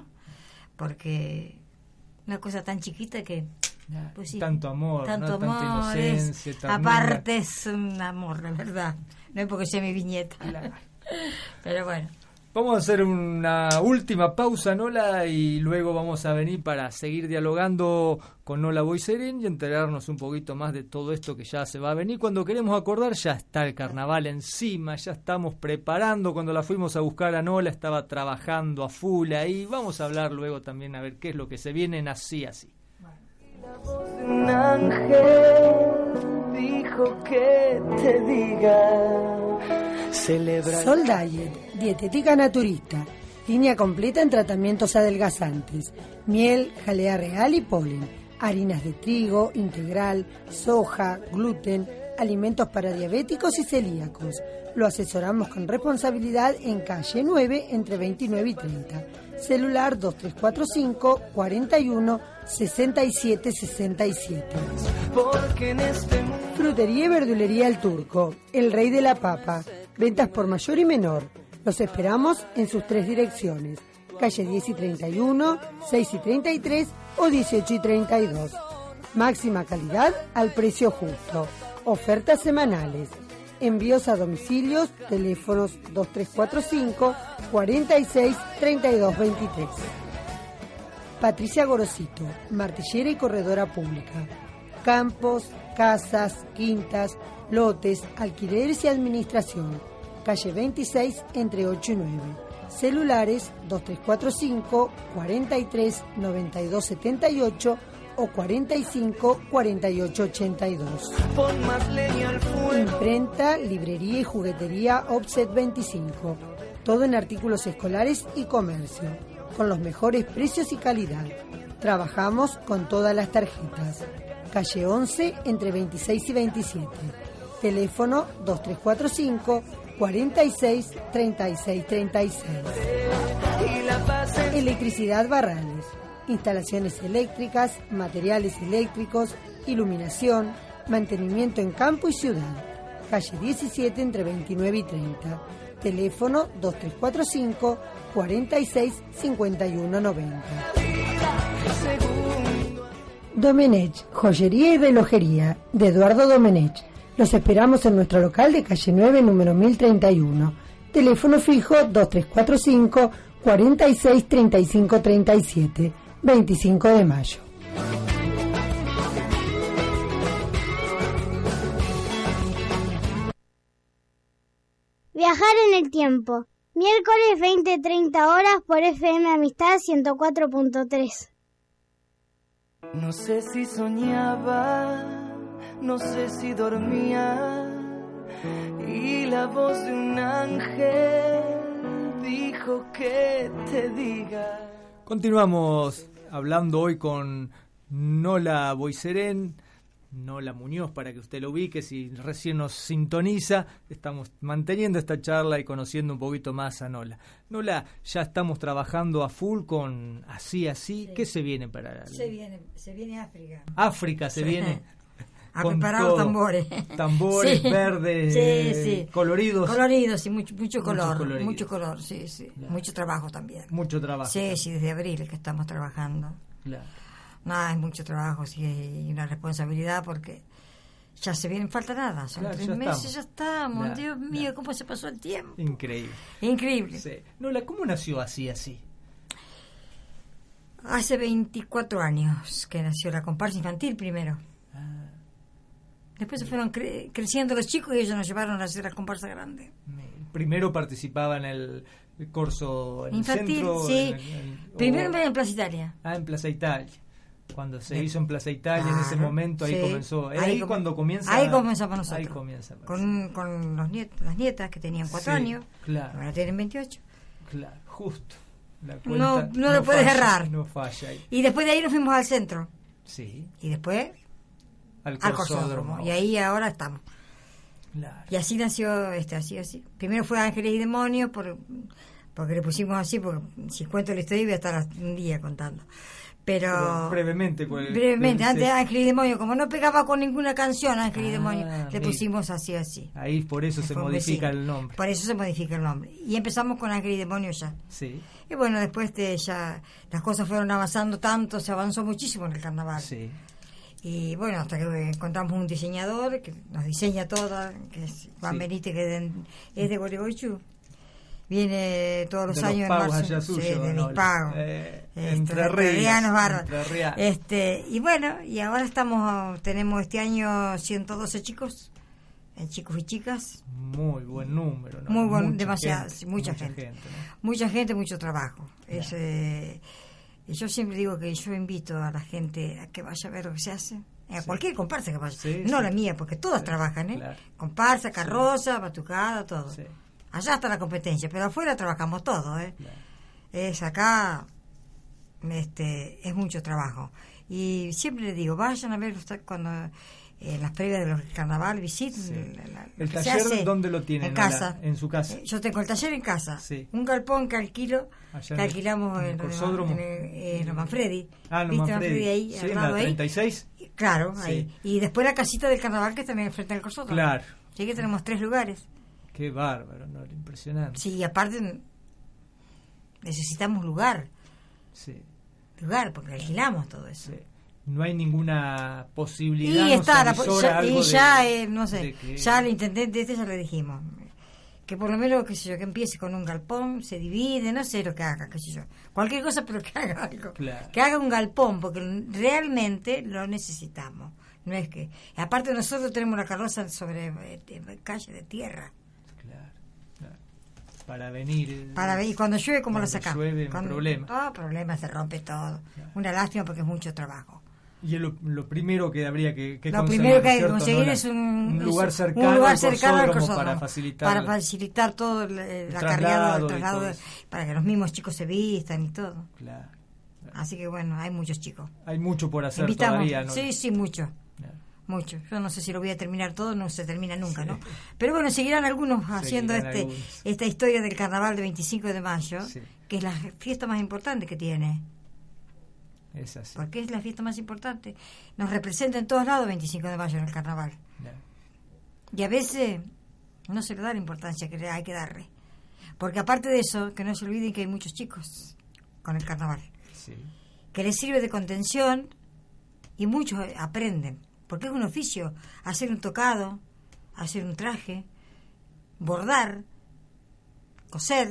Porque una cosa tan chiquita que... Pues sí, tanto amor, tanto ¿no? amor, Tanta inocencia, es, ternura. aparte es un amor, la verdad. No es porque sea mi viñeta. Claro. Pero bueno. Vamos a hacer una última pausa, Nola, y luego vamos a venir para seguir dialogando con Nola Boisserén y enterarnos un poquito más de todo esto que ya se va a venir. Cuando queremos acordar, ya está el carnaval encima, ya estamos preparando. Cuando la fuimos a buscar a Nola, estaba trabajando a full ahí. Vamos a hablar luego también a ver qué es lo que se viene en Así Así. La voz de un ángel dijo que te diga, celebra. Sol Diet, dietética naturista, línea completa en tratamientos adelgazantes, miel, jalea real y polen, harinas de trigo, integral, soja, gluten, alimentos para diabéticos y celíacos. Lo asesoramos con responsabilidad en calle nueve entre veintinueve y treinta. Celular dos tres cuatro cinco, cuarenta y uno, sesenta y siete sesenta y siete. Porque en este mundo Frutería y verdulería El Turco, el rey de la papa. Ventas por mayor y menor. Los esperamos en sus tres direcciones. Calle diez y treinta y uno, seis y treinta y tres o dieciocho y treinta y dos. Máxima calidad al precio justo. Ofertas semanales. Envíos a domicilios, teléfonos dos tres cuatro cinco, cuarenta y seis, treinta y dos veintitrés. Patricia Gorosito, martillera y corredora pública. Campos, casas, quintas, lotes, alquileres y administración. Calle veintiséis entre ocho y nueve. Celulares dos tres cuatro cinco, cuarenta y tres, noventa y dos setenta y ocho o cuarenta y cinco, cuarenta y ocho ochenta y dos. pon más leña al fuego. Imprenta, librería y juguetería Offset veinticinco. Todo en artículos escolares y comercio, con los mejores precios y calidad. Trabajamos con todas las tarjetas. Calle once entre veintiséis y veintisiete. Teléfono dos tres cuatro cinco, cuarenta y seis, treinta y seis treinta y seis. Y la paz en Electricidad Barrales. Instalaciones eléctricas, materiales eléctricos, iluminación, mantenimiento en campo y ciudad. Calle diecisiete entre veintinueve y treinta. Teléfono dos tres cuatro cinco, cuarenta y seis, cincuenta y uno noventa. Domenech, joyería y relojería, de Eduardo Domenech. Los esperamos en nuestro local de calle nueve, número mil treinta y uno. Teléfono fijo dos tres cuatro cinco, cuarenta y seis, treinta y cinco treinta y siete. veinticinco de mayo. Viajar en el tiempo. Miércoles veinte treinta horas por F M Amistad ciento cuatro punto tres. No sé si soñaba, no sé si dormía, y la voz de un ángel dijo que te diga. Continuamos hablando hoy con Nola Boisserén, Nola Muñoz, para que usted lo ubique, si recién nos sintoniza. Estamos manteniendo esta charla y conociendo un poquito más a Nola. Nola, ya estamos trabajando a full con Así Así. Sí. ¿Qué se viene para...? Se viene, se viene África. África se Sí. viene... A con preparar todo. los tambores. Tambores Sí. verdes, Sí, sí. coloridos. Coloridos, sí, mucho, mucho color. coloridos. Mucho color, sí, sí. Claro. Mucho trabajo también. Mucho trabajo. Sí, sí, desde abril que estamos trabajando. Claro. No, es mucho trabajo, sí, y una responsabilidad porque ya se viene, falta nada, son Claro, tres ya meses, estamos. ya estamos. Claro, Dios mío, claro. cómo se pasó el tiempo. Increíble. Increíble. Sí. Nola, ¿cómo nació Así Así? Hace veinticuatro años que nació la comparsa infantil primero. Ah, Después se fueron cre- creciendo los chicos y ellos nos llevaron a hacer la comparsa grande. primero participaba en el, el corso en Infantil, el centro. sí. en el- en- Primero o- en Plaza Italia. Ah, en Plaza Italia. Cuando se Bien. hizo en Plaza Italia, en ese Claro, momento, ahí sí. comenzó. ¿Es Ahí ahí com- cuando comienza? ahí comenzamos nosotros. Ahí comienza. Con, con los niet- las nietas que tenían cuatro Sí, años. claro. Ahora tienen veintiocho. Claro, justo. La No, cuenta no lo puedes falla, errar. No falla ahí. Y después de ahí nos fuimos al centro. Sí, Y después al al corsódromo. corsódromo. Y ahí ahora estamos. Claro. Y así nació, este, así, así. Primero fue Ángeles y Demonios, por, porque le pusimos así, porque si cuento la historia voy a estar un día contando. Pero, Pero brevemente. Cuál, brevemente, cuál, antes sí. Ángel y Demonio, como no pegaba con ninguna canción Ángel y Ah, Demonio, le mira. pusimos así, así. Ahí por eso se Fue un modifica vecino. el nombre. Por eso se modifica el nombre. Y empezamos con Ángel y Demonio ya. Sí, Y bueno, después de ya las cosas fueron avanzando tanto, se avanzó muchísimo en el carnaval. sí. Y bueno, hasta que encontramos un diseñador que nos diseña todo, que es Juan Sí. Benítez, que es de, es de Gualeguaychú. Viene todos los De los años pagos en marzo. allá sí, suyo, de ¿no? mis pagos. Eh, Este, entrerrianos, entrerrianos bárbaros. entrerrianos. Este, y bueno, y ahora estamos, tenemos este año ciento doce chicos, eh, chicos y chicas. Muy buen número, ¿no? Muy buen, Mucha demasiado, gente, mucha, gente. ¿no? Mucha gente, mucho trabajo. Es, eh, yo siempre digo que yo invito a la gente a que vaya a ver lo que se hace. A Sí. cualquier comparsa que vaya. Sí, no sí. la mía, porque todas Sí, trabajan, ¿eh? claro. Comparsa, carroza, batucada, todo. Sí, Allá está la competencia, pero afuera trabajamos todos, ¿eh? claro. Es acá, este, es mucho trabajo. Y siempre les digo, vayan a ver usted cuando en las previas de los carnaval visiten Sí. la- la- lo ¿El que se taller hace dónde lo tienen? en Ola? casa. En su casa. Eh, Yo tengo el taller en casa, Sí. un galpón que alquilo, Allá que en- alquilamos en el en, Corsódromo. en, el- en los Manfredi. Ah, no, ¿Viste Manfredi. ahí, Sí, al en lado la ahí? treinta y seis. Claro, Sí. ahí. Y después la casita del carnaval que también frente al Corsódromo. Claro. Sí que tenemos tres lugares. Qué bárbaro, ¿no? Impresionante. Sí, y aparte necesitamos lugar, Sí, lugar, porque alquilamos todo eso. sí. No hay ninguna posibilidad. Y no está, se la, avisora ya, algo y de- ya, eh, no sé, de que- ya el intendente este ya le dijimos, que por lo menos, qué sé yo, que empiece con un galpón, se divide, no sé lo que haga, qué sé yo, cualquier cosa, pero que haga algo, Claro. que haga un galpón, porque realmente lo necesitamos, no es que, aparte nosotros tenemos la carroza sobre eh, de- calle de tierra, Claro, claro. Para venir. eh, para ver, y cuando llueve, ¿cómo la cuando sacamos? llueve, un Cuando- problema. Ah, problema, se rompe todo, Claro. una lástima porque es mucho trabajo. Y es lo, lo primero que habría que, que Lo conseguir, primero que hay que ¿cierto, conseguir Nora? es un, un lugar es cercano, un lugar al cercano al Corsódromo Corsódromo, para facilitar, para facilitar todo el, el traslado acarreado, el y traslado, todo eso. para que los mismos chicos se vistan y todo. Claro, claro. Así que bueno, hay muchos chicos. Hay mucho por hacer Invitamos. todavía, ¿no? Sí, sí, mucho. Claro. Mucho. Yo no sé si lo voy a terminar todo, no se termina nunca, Sí. ¿no? Pero bueno, seguirán algunos haciendo Seguirán este algunos. esta historia del carnaval de veinticinco de mayo, Sí. que es la fiesta más importante que tiene. Es así. Porque es la fiesta más importante. Nos representa en todos lados veinticinco de mayo en el carnaval. Claro. Y a veces no se le da la importancia que le hay que darle. Porque aparte de eso, que no se olviden que hay muchos chicos con el carnaval, Sí. que les sirve de contención y muchos aprenden. Porque es un oficio, hacer un tocado, hacer un traje, bordar, coser.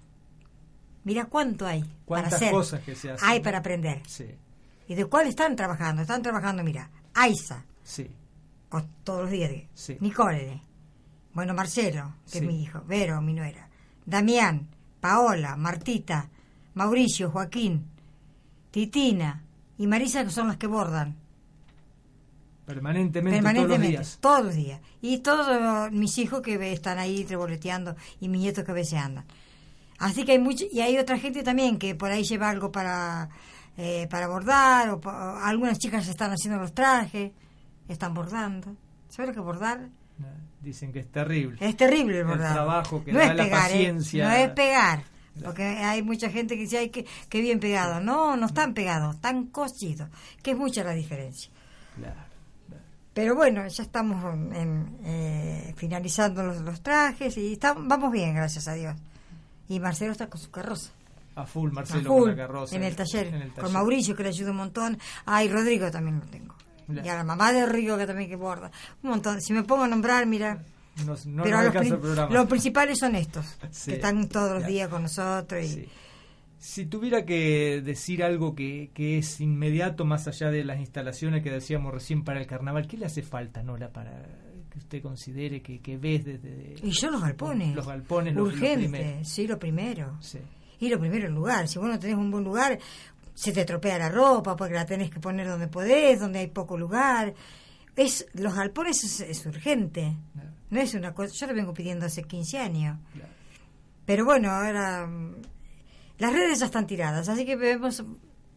Mira cuánto hay para Cuántas hacer. cosas que se hacen. Hay para aprender. Sí, ¿Y de cuál están trabajando? Están trabajando, mira, Aiza, sí, con todos los días. Sí. Nicole, bueno, Marcelo, que Sí. es mi hijo, Vero, mi nuera, Damián, Paola, Martita, Mauricio, Joaquín, Titina y Marisa, que son las que bordan permanentemente, permanentemente, todos los días. todos los días. Y todos mis hijos que están ahí revoloteando y mis nietos que a veces andan. Así que hay mucho, y hay otra gente también que por ahí lleva algo para eh, para bordar, o, po- o algunas chicas están haciendo los trajes, están bordando. ¿Sabes lo que es bordar? Dicen que es terrible. Es terrible el El bordar. trabajo que no da es la pegar, ¿eh? paciencia. No es pegar. Porque hay mucha gente que dice, ay, qué, qué bien pegado. No, no están pegados, están cosidos. Que es mucha la diferencia. Claro, claro. Pero bueno, ya estamos en, eh, finalizando los, los trajes y estamos, vamos bien, gracias a Dios. Y Marcelo está con su carroza. A full, A Marcelo, full, con la carroza. en el taller. En el taller. Con Mauricio, que le ayuda un montón. Ah, y Rodrigo también lo tengo. Claro. Y a la mamá de Rodrigo, que también que borda. Un montón. Si me pongo a nombrar, mira. No, no pero nos los, alcanza pri- el programa. los principales son estos, Sí, que están todos los claro. días con nosotros. Y Sí. Si tuviera que decir algo que, que es inmediato, más allá de las instalaciones que decíamos recién para el carnaval, ¿qué le hace falta, Nora, para que usted considere que, que ves desde... Y yo los galpones. Los galpones, los, los Urgente, primeros. sí, lo primero. Sí, Y lo primero, el lugar. Si vos no tenés un buen lugar, se te estropea la ropa porque la tenés que poner donde podés, donde hay poco lugar. Es Los galpones es, es urgente. claro, No es una cosa... Yo lo vengo pidiendo hace quince años. claro. Pero bueno, ahora... mm, las redes ya están tiradas, así que vemos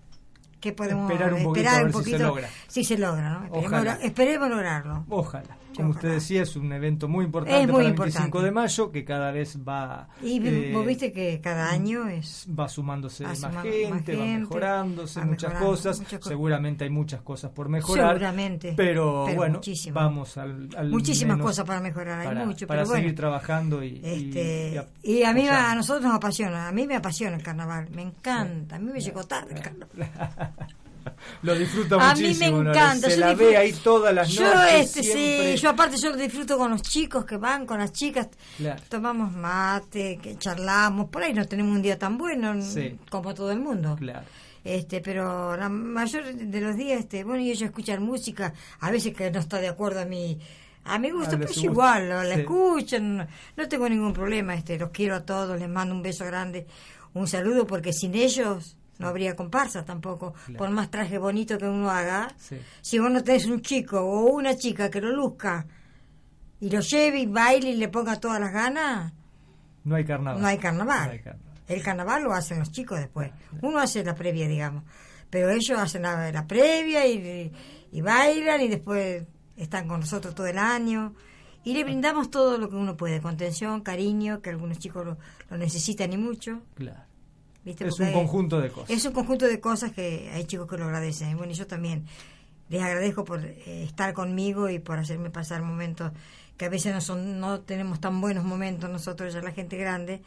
que podemos Esperar un poquito, esperar a un ver si se poquito. logra. Si se logra, ¿no? Esperemos, Ojalá. lo- esperemos lograrlo. Ojalá. como usted decía, es un evento muy importante es muy para el importante. veinticinco de mayo, que cada vez va... Y eh, vos viste que cada año es... va sumándose va más, sumando gente, más gente, va mejorándose va muchas, mejorando cosas. muchas cosas. Seguramente hay muchas cosas por mejorar. Seguramente. Pero, pero bueno, muchísimo. vamos al, al Muchísimas menos cosas para mejorar, hay para, mucho. para pero seguir bueno, trabajando y, este, y, y a mí, apoyando. a nosotros nos apasiona, a mí me apasiona el carnaval, me encanta, a mí me llegó tarde el carnaval. Lo disfruta A mí muchísimo, me ¿no? encanta. Se yo la disfruto- ve ahí todas las yo, noches. este, siempre. sí, yo aparte yo lo disfruto con los chicos que van, con las chicas. Claro. Tomamos mate, que charlamos. Por ahí no tenemos un día tan bueno Sí. como todo el mundo. Claro. Este, pero la mayor de los días, este, bueno, y ellos escuchan música, a veces que no está de acuerdo a mi a mi gusto, Ah, de pero su es gusto. igual, lo- la Sí. escuchan, no, no tengo ningún problema, este, los quiero a todos, les mando un beso grande, un saludo, porque sin ellos no habría comparsa tampoco, Claro. por más traje bonito que uno haga. Sí. Si vos no tenés un chico o una chica que lo luzca y lo lleve y baile y le ponga todas las ganas, No hay carnaval. no hay carnaval. No hay carnaval. El carnaval lo hacen los chicos después. Uno hace la previa, digamos. Pero ellos hacen la, la previa y, y bailan y después están con nosotros todo el año. Y le brindamos todo lo que uno puede. Contención, cariño, que algunos chicos lo, lo necesitan y mucho. Claro. ¿Viste? Es Porque un conjunto de cosas. Es un conjunto de cosas que hay chicos que lo agradecen. Bueno, y yo también les agradezco por eh, estar conmigo y por hacerme pasar momentos que a veces no son no tenemos tan buenos momentos nosotros, ya la gente grande.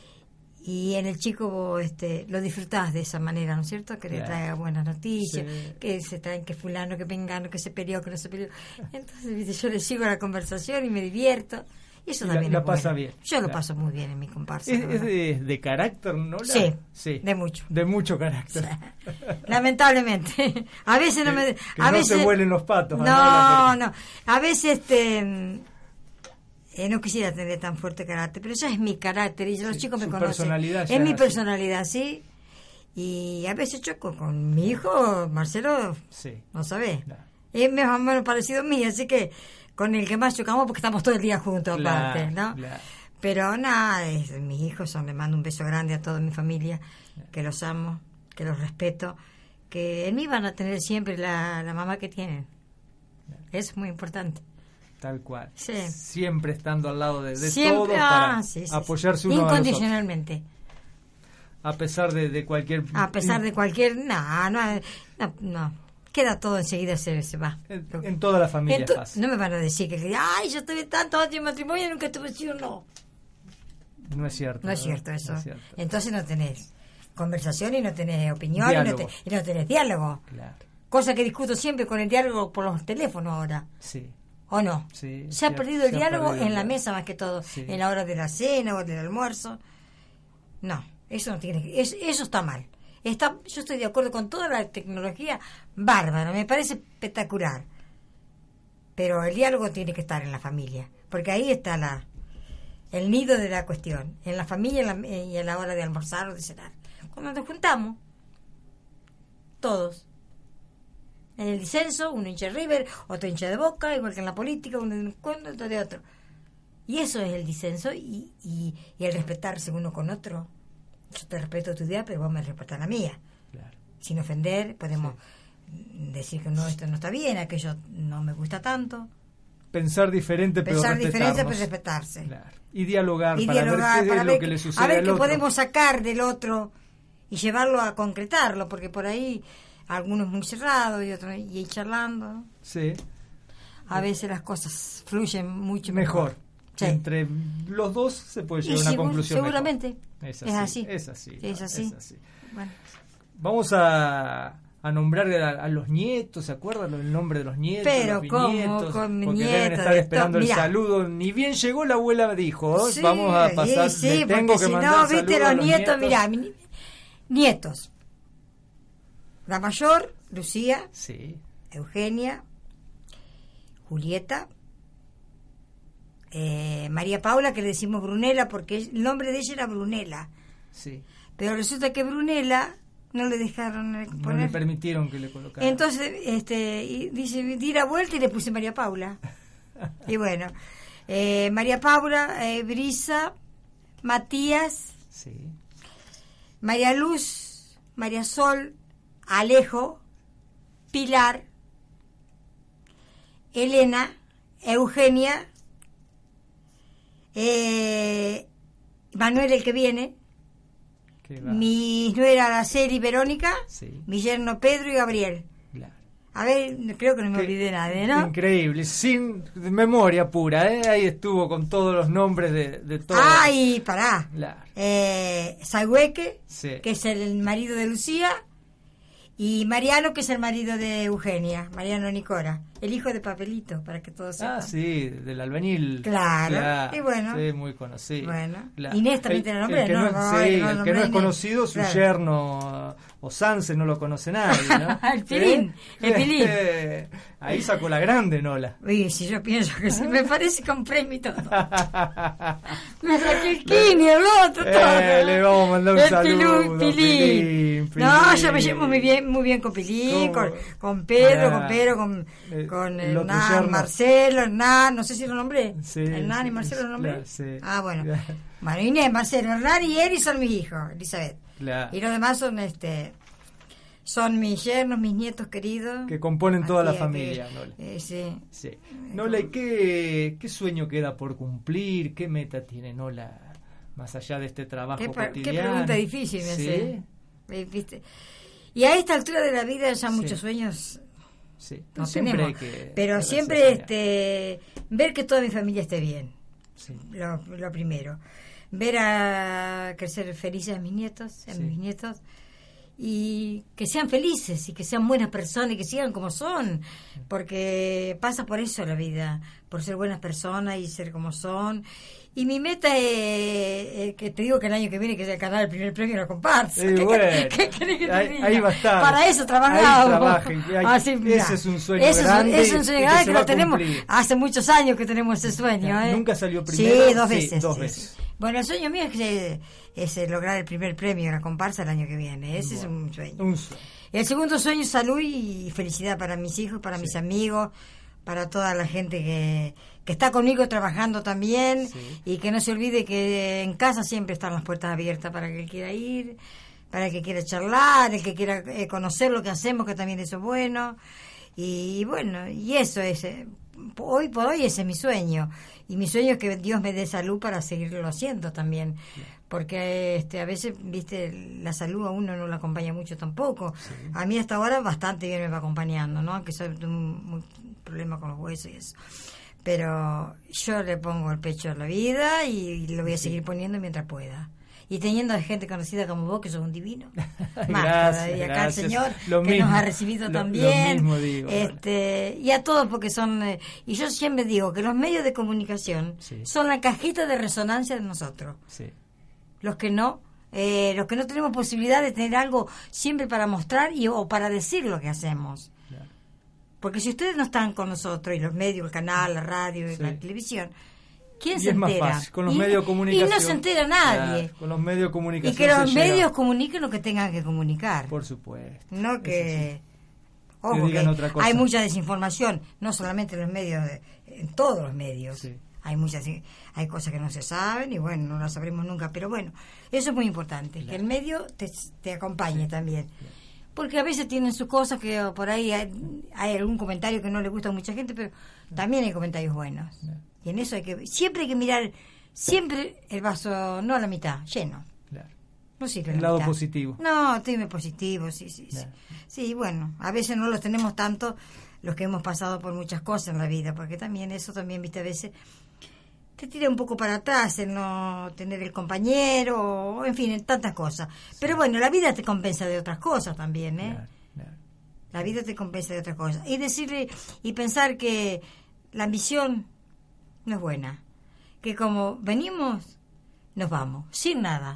Y en el chico vos, este, lo disfrutás de esa manera, ¿no es cierto? Que le Claro. traiga buenas noticias, Sí. que se traen que fulano, que vengano, que se peleó, que no se peleó. Entonces, ¿viste? Yo le sigo la conversación y me divierto. Y eso Y la- también la es bueno. pasa bien. Yo lo Claro. paso muy bien en mi comparsa. Es, la es verdad. de, de carácter, ¿no? La- Sí, sí, de mucho. De mucho carácter. Lamentablemente. A veces no Que- me... que a no veces, se vuelen los patos. No, Manuela, no. A veces este... eh, no quisiera tener tan fuerte carácter, pero ya es mi carácter y los Sí, chicos me su conocen. personalidad ya Es mi es así. personalidad, sí. Y a veces choco con mi hijo, Marcelo, Sí. no sabés. Claro. Es más o menos parecido a mí, así que con el que más chocamos porque estamos todo el día juntos Claro, aparte, ¿no? claro. Pero nada, es- mis hijos son, les mando un beso grande a toda mi familia, que los amo, que los respeto, que en mí van a tener siempre la, la mamá que tienen. Es muy importante. Tal cual. Sí. Siempre estando al lado de, de Siempre, todos para ah, sí, sí, sí. apoyarse uno a los otros. Incondicionalmente. A pesar de, de cualquier... A pesar de cualquier... No, no, no, no. Queda todo enseguida, se, se va. En, en toda la familia Ento- pasa. no me van a decir que, ay, yo tuve tantos años de matrimonio y nunca tuve hijos, no. No es cierto. No es ¿verdad? cierto eso. No es cierto. Entonces no tenés conversación y no tenés opinión y no, Diálogo. te- y no tenés diálogo. Claro. Cosa que discuto siempre con el diálogo por los teléfonos ahora. Sí. ¿O no? Sí, se ha se ha- perdido el se ha diálogo perdido el en la diálogo. mesa más que todo. Sí. En la hora de la cena o del almuerzo. No, eso no tiene que... es- eso está mal. Está, yo estoy de acuerdo con toda la tecnología, bárbaro, me parece espectacular. Pero el diálogo tiene que estar en la familia, porque ahí está la el nido de la cuestión, en la familia en la- y a la hora de almorzar o de cenar. Cuando nos juntamos, todos, en el disenso, uno hincha de River, otro hincha de Boca, igual que en la política, uno de un cuento, otro de otro. Y eso es el disenso y, y, y el respetarse uno con otro. Yo te respeto tu idea, pero vos me respetas la mía. Claro. Sin ofender, podemos decir que no, esto no está bien, aquello no me gusta tanto. Pensar diferente, pero Pensar diferente, pero respetarnos. respetarse. Claro. Y dialogar Y para dialogar, ver qué para es ver, lo que qué- le sucede a ver al qué otro. podemos sacar del otro y llevarlo a concretarlo, porque por ahí algunos muy cerrados y otros y ahí charlando. Sí. A veces las cosas fluyen mucho Mejor. mejor. Sí. Entre los dos se puede llegar Y a una seguro- conclusión seguramente mejor. Es es así. Es así. Es ¿no? así. Es así. Bueno, Vamos a, a nombrar a, a los nietos, ¿se acuerdan el nombre de los nietos? Pero los ¿cómo? bisnietos? Con mi porque nieta, deben estar de esperando to- el mirá. saludo. Ni bien llegó la abuela dijo, sí, vamos a pasar, sí, le sí, tengo porque que si mandar no, saludos viste a los los nietos, mirá, mi- nietos. La mayor, Lucía, Sí, Eugenia, Julieta, eh, María Paula, que le decimos Brunella, porque el nombre de ella era Brunella. sí. Pero resulta que Brunella no le dejaron eh, No le poner. permitieron que le colocara. Entonces, este, y dice, di la vuelta y le puse María Paula. Y bueno, eh, María Paula, eh, Brisa, Matías, Sí, María Luz, María Sol, Alejo, Pilar, Elena, Eugenia, eh, Manuel el que viene, mi nuera Araceli Verónica, sí. mi yerno Pedro y Gabriel. Claro. A ver, creo que no me Qué olvidé nadie, ¿no? Increíble, sin memoria pura, ¿eh? Ahí estuvo con todos los nombres de, de todos. ¡Ay, pará! Claro. Eh, Sayhueque, Sí. que es el marido de Lucía, y Mariano, que es el marido de Eugenia, Mariano Nicora, el hijo de Papelito, para que todos sepan. Ah, sí, del albañil. Claro, y bueno. Sí, muy conocido. Bueno, Claro. Inés también te la nombré, el que ¿no? no, es- No, sí, no, el no que nombré no es Inés. conocido, su Claro. yerno o Sanse no lo conoce nadie, ¿no? El Pilín, el Pilín. Ahí sacó la grande, Nola. Uy, si yo pienso que sí, me parece con premio y todo. Me saqué el Kini, el otro, todo. Eh, le vamos a mandar un El saludo, Pilín, Pilín. Pilín, No, Pilín. yo me llevo muy bien, muy bien con Pilín, ¿Cómo? con, con Pedro, Ah, con Pedro, con, eh, con el otro Hernán, yerno. Marcelo, Hernán, no sé si lo nombré. Sí, Hernán sí, y Marcelo lo nombré. claro, sí. Ah, bueno. Bueno, Inés, Marcelo, Hernán y Eri son mis hijos, Elizabeth. Claro. Y los demás son este son mis yernos, mis nietos queridos. Que componen toda la Aquí, aquí. familia, Nola. Eh, sí. Sí. Nola, ¿y qué, qué sueño queda por cumplir? ¿Qué meta tiene Nola más allá de este trabajo Qué, pa- cotidiano? qué pregunta difícil, me ¿Sí? sé. Eh, ¿viste? Y a esta altura de la vida ya Sí. muchos sueños Sí. no Pero siempre tenemos. hay que Pero ponerse a siempre soñar. este ver que toda mi familia esté bien. Sí. Lo, lo primero. Ver a crecer felices a mis nietos, a Sí. mis nietos. Y que sean felices y que sean buenas personas y que sigan como son, porque pasa por eso la vida, por ser buenas personas y ser como son. Y mi meta es, eh, que te digo que el año que viene que sea ganar el primer premio en la comparsa. Eh, ¿Qué- bueno. qué querés que te Ahí- diga? ahí va a estar. Para eso Ahí trabajamos. trabajen, que hay- Así, mirá. ese es un sueño Ese es un- grande es un y sueño que grande se que va lo a tenemos. cumplir. Hace muchos años que tenemos ese sueño. ¿eh? ¿Nunca salió primero? Sí, dos Sí, veces. dos sí, veces. sí. Bueno, el sueño mío es, que, es eh, lograr el primer premio en la comparsa el año que viene. Ese es un sueño. Un sueño. El segundo sueño es salud y felicidad para mis hijos, para Sí. mis amigos, para toda la gente que, que está conmigo trabajando también, Sí. y que no se olvide que en casa siempre están las puertas abiertas para el que quiera ir, para el que quiera charlar, el que quiera eh, conocer lo que hacemos, que también eso es bueno. Y bueno, y eso es, eh, hoy por hoy ese es mi sueño. Y mi sueño es que Dios me dé salud para seguirlo haciendo también. Porque este a veces, viste, la salud a uno no la acompaña mucho tampoco. Sí. A mí hasta ahora bastante bien me va acompañando, ¿no? Que soy un, un problema con los huesos y eso. Pero yo le pongo el pecho a la vida y lo voy a Sí. seguir poniendo mientras pueda. Y teniendo gente conocida como vos, que sos un divino. Más Gracias, todavía acá gracias. el Señor, Lo que mismo, nos ha recibido lo- también. lo mismo digo, este Y a todos, porque son... eh, y yo siempre digo que los medios de comunicación Sí. son la cajita de resonancia de nosotros. Sí. Los que no... Eh, los que no tenemos posibilidad de tener algo siempre para mostrar y o para decir lo que hacemos. Claro. Porque si ustedes no están con nosotros, y los medios, el canal, la radio, y Sí. la televisión, ¿quién Y se es más entera? fácil, con los y, medios de comunicación. y no se entera nadie. Claro, con los medios de Y comunicación. que los se llega- medios comuniquen lo que tengan que comunicar. Por supuesto. No Eso que... sí. Ojo, Que digan que otra cosa. hay mucha desinformación, no solamente en los medios, de- en todos los medios. Sí. Hay muchas, hay cosas que no se saben y bueno, no las sabremos nunca, pero bueno, eso es muy importante, que el medio te, te acompañe también. Porque a veces tienen sus cosas que o por ahí hay, hay algún comentario que no le gusta a mucha gente, pero también hay comentarios buenos. Y en eso hay que, siempre hay que mirar, siempre el vaso, no a la mitad, lleno. Claro. No sirve El la lado mitad. positivo. No, dime positivo, sí, sí, sí. Claro. Sí, bueno, a veces no los tenemos tanto los que hemos pasado por muchas cosas en la vida, porque también eso también, viste, a veces te tira un poco para atrás el no tener el compañero, o en fin, en tantas cosas. Pero bueno, la vida te compensa de otras cosas también, ¿eh? Claro, claro. La vida te compensa de otras cosas. Y decirle y pensar que la ambición no es buena, que como venimos, nos vamos, sin nada.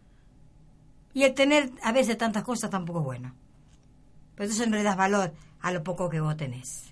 Y el tener a veces tantas cosas tampoco es bueno. Pero entonces no le das valor a lo poco que vos tenés.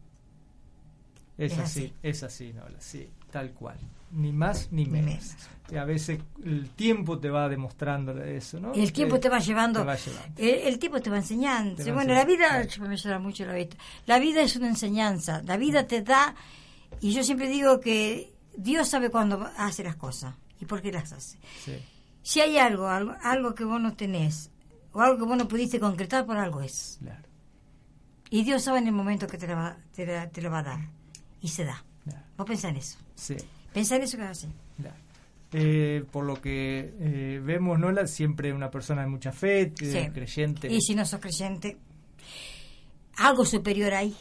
Es, Es así, así. es así, Nola, sí, tal cual. Ni más ni Ni menos. menos. Y a veces el tiempo te va demostrando eso, ¿no? El tiempo Eh, te va llevando, te va llevando. El, el tiempo te va enseñando. Te va Bueno, la enseñando, vida, claro. yo me llora mucho la vida. La vida es una enseñanza. La vida te da, y yo siempre digo que Dios sabe cuándo hace las cosas y por qué las hace. Sí, Si hay algo, algo, algo que vos no tenés, o algo que vos no pudiste concretar, por algo es. claro. Y Dios sabe en el momento que te, la va, te, la- te lo va a dar. Y se da. Claro. Vos pensá en eso. Sí. Pensá en eso que vas a hacer. Ya. Eh, por lo que eh, vemos, Nola, siempre una persona de mucha fe, eh, Sí. creyente. Y si no sos creyente, algo superior ahí.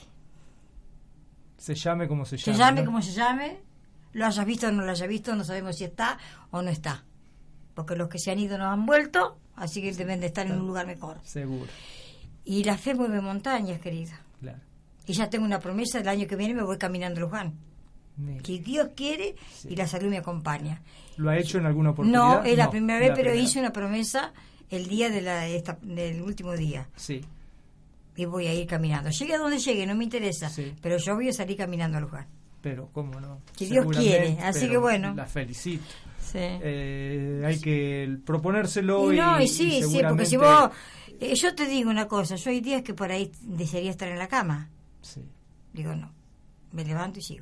Se llame como se Se llame. llame ¿no? como se llame, lo hayas visto o no lo hayas visto, no sabemos si está o no está. Porque los que se han ido no han vuelto, así que deben de estar en un lugar mejor. Seguro, Y la fe mueve montañas, querida. claro. Y ya tengo una promesa, el año que viene me voy caminando a Luján. Mira. Si Dios quiere Sí. y la salud me acompaña. ¿Lo ha hecho en alguna oportunidad? No, es la No, primera vez, la pero primera. hice una promesa el día de la, esta, del último día. Sí, Y voy a ir caminando. Llegue a donde llegue, no me interesa. Sí. Pero yo voy a salir caminando a Luján. pero cómo no. Si Dios Seguramente, quiere, así pero que bueno. La felicito. Sí. Eh, hay que proponérselo Y y, no, y sí, y sí, porque si seguramente- vos... eh, yo te digo una cosa, yo hay días que por ahí desearía estar en la cama. Sí, Digo, no, me levanto y sigo.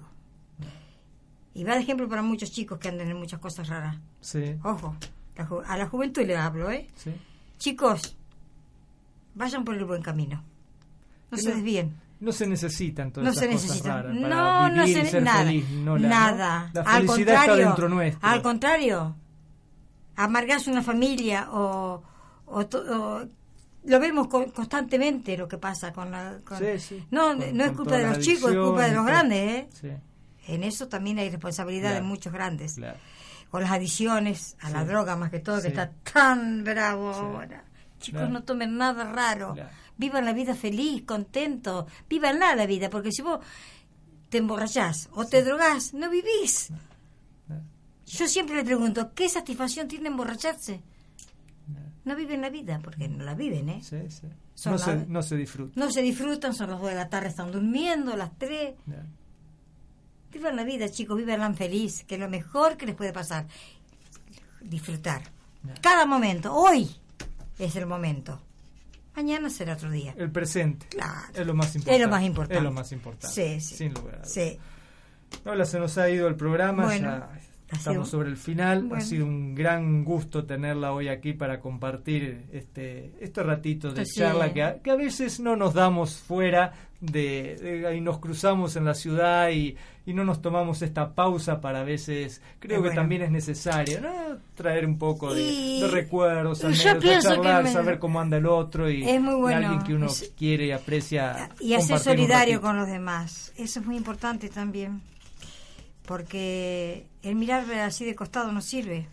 Y va de ejemplo para muchos chicos que andan en muchas cosas raras. sí, Ojo, la ju- a la juventud le hablo, ¿eh? sí. Chicos, vayan por el buen camino. No Que se no- desvíen. No se necesitan todas No esas se cosas necesitan. raras No, para no vivir y se ser nada. feliz, no la- nada. ¿no? La Al felicidad está contrario, dentro nuestro. al contrario, amargarse una familia o, o, to- o- lo vemos co- constantemente lo que pasa con la con- Sí, sí. no Con- no es con culpa todas de las los chicos, es culpa de los adicciones, grandes, ¿eh? Sí, En eso también hay responsabilidad Claro. de muchos grandes. claro. Con las adicciones a la Sí. droga más que todo, que Sí. está tan bravo Sí. ahora. Chicos, Claro. no tomen nada raro. Claro. Vivan la vida feliz, contentos. Vívanla la vida, porque si vos te emborrachás o te drogás, no vivís. Claro. Yo siempre le pregunto, ¿qué satisfacción tiene emborracharse? No viven la vida, porque no la viven, ¿eh? Sí, sí. Son No, la- se, no se disfruta. No se disfrutan, son las dos de la tarde, están durmiendo, las tres. Claro. Vivan la vida, chicos, vivanla feliz, que es lo mejor que les puede pasar. Disfrutar. Claro. Cada momento, hoy es el momento. Mañana será otro día. El presente Claro. es lo más importante. Es lo más importante. Es lo más importante. Sí, sí. Sin lugar a dudas. Sí. Hola, se nos ha ido el programa, Bueno, ya ha estamos sido- sobre el final. bueno. Ha sido un gran gusto tenerla hoy aquí para compartir este este ratito de Sí. charla que a, que a veces no nos damos fuera de, de- y nos cruzamos en la ciudad y, y no nos tomamos esta pausa para a veces, creo Es que bueno. también es necesario, ¿no? Traer un poco de, Y- de recuerdos, yo anécdotas, pienso que charlar, me- saber cómo anda el otro y, Es muy y bueno. alguien que uno Es- quiere y aprecia. Y hacer compartir un solidario ratito. con los demás. Eso es muy importante también. Porque el mirar así de costado no sirve.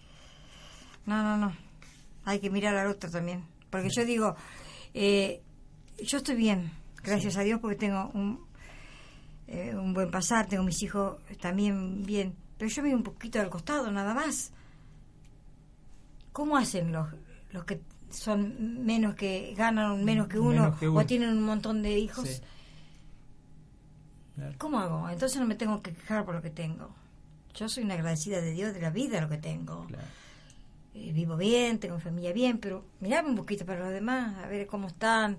No, no, no. Hay que mirar al otro también. Porque yo digo, eh, yo estoy bien, gracias a Dios, porque tengo un, eh, un buen pasar, tengo mis hijos también bien. Pero yo miro un poquito al costado, nada más. ¿Cómo hacen los, los que son menos que ganan menos que uno, Menos que uno. o tienen un montón de hijos? Sí. Claro. ¿Cómo hago? Entonces no me tengo que quejar por lo que tengo. Yo soy una agradecida de Dios, de la vida, de lo que tengo. Claro. Eh, vivo bien, tengo familia bien, pero mirame un poquito para los demás, a ver cómo están.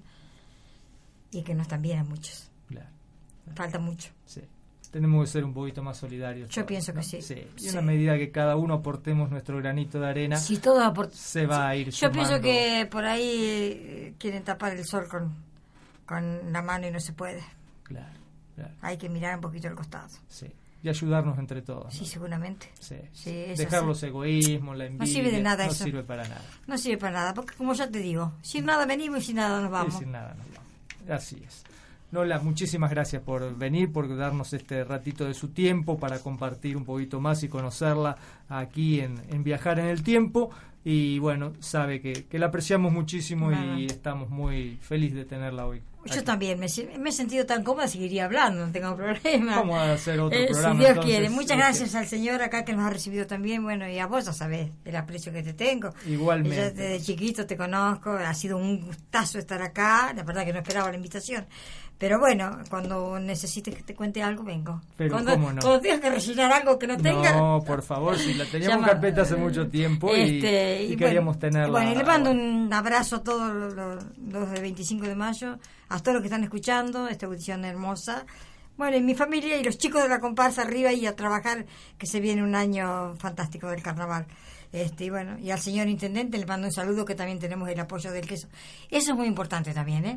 Y que no están bien a muchos. Claro. Falta mucho. Sí. Tenemos que ser un poquito más solidarios. Yo todos, pienso que ¿no? sí. Y Sí. en la medida que cada uno aportemos nuestro granito de arena, Si todos aport- se va a ir Yo pienso sumando. que por ahí eh, quieren tapar el sol con, con la mano y no se puede. Claro, claro. Hay que mirar un poquito al costado. Sí. Y ayudarnos entre todos. Sí, ¿no? seguramente. Sí. Sí, es Dejar así. los egoísmos, la envidia. sirve de nada no eso. sirve para nada. No sirve para nada, porque como ya te digo, sin nada venimos y sin nada nos vamos. Sí, sin nada, nos vamos. Así es. Nola, muchísimas gracias por venir, por darnos este ratito de su tiempo para compartir un poquito más y conocerla aquí en, en Viajar en el Tiempo. Y bueno, sabe que, que la apreciamos muchísimo Nada. y estamos muy felices de tenerla hoy. Yo aquí. también me, si- me he sentido tan cómoda, seguiría hablando, no tengo problema. Vamos a hacer otro Eh, programa. Si Dios entonces, quiere. Muchas este, gracias al Señor acá que nos ha recibido también. Bueno, y a vos ya sabés el aprecio que te tengo. Igualmente. Yo desde chiquito te conozco, ha sido un gustazo estar acá. La verdad que no esperaba la invitación. Pero bueno, cuando necesites que te cuente algo, vengo. Pero cuando, cómo no. cuando tengas que rellenar algo que no tenga. No, por favor, si la teníamos llama- carpeta hace mucho tiempo y, Este, y y queríamos bueno, tenerla. Bueno, y le mando un abrazo a todos los, los, los del veinticinco de mayo, a todos los que están escuchando esta audición hermosa. Bueno, y mi familia y los chicos de la comparsa arriba y a trabajar, que se viene un año fantástico del carnaval. Este, y bueno, y al señor intendente le mando un saludo, que también tenemos el apoyo del queso. Eso es muy importante también, ¿eh?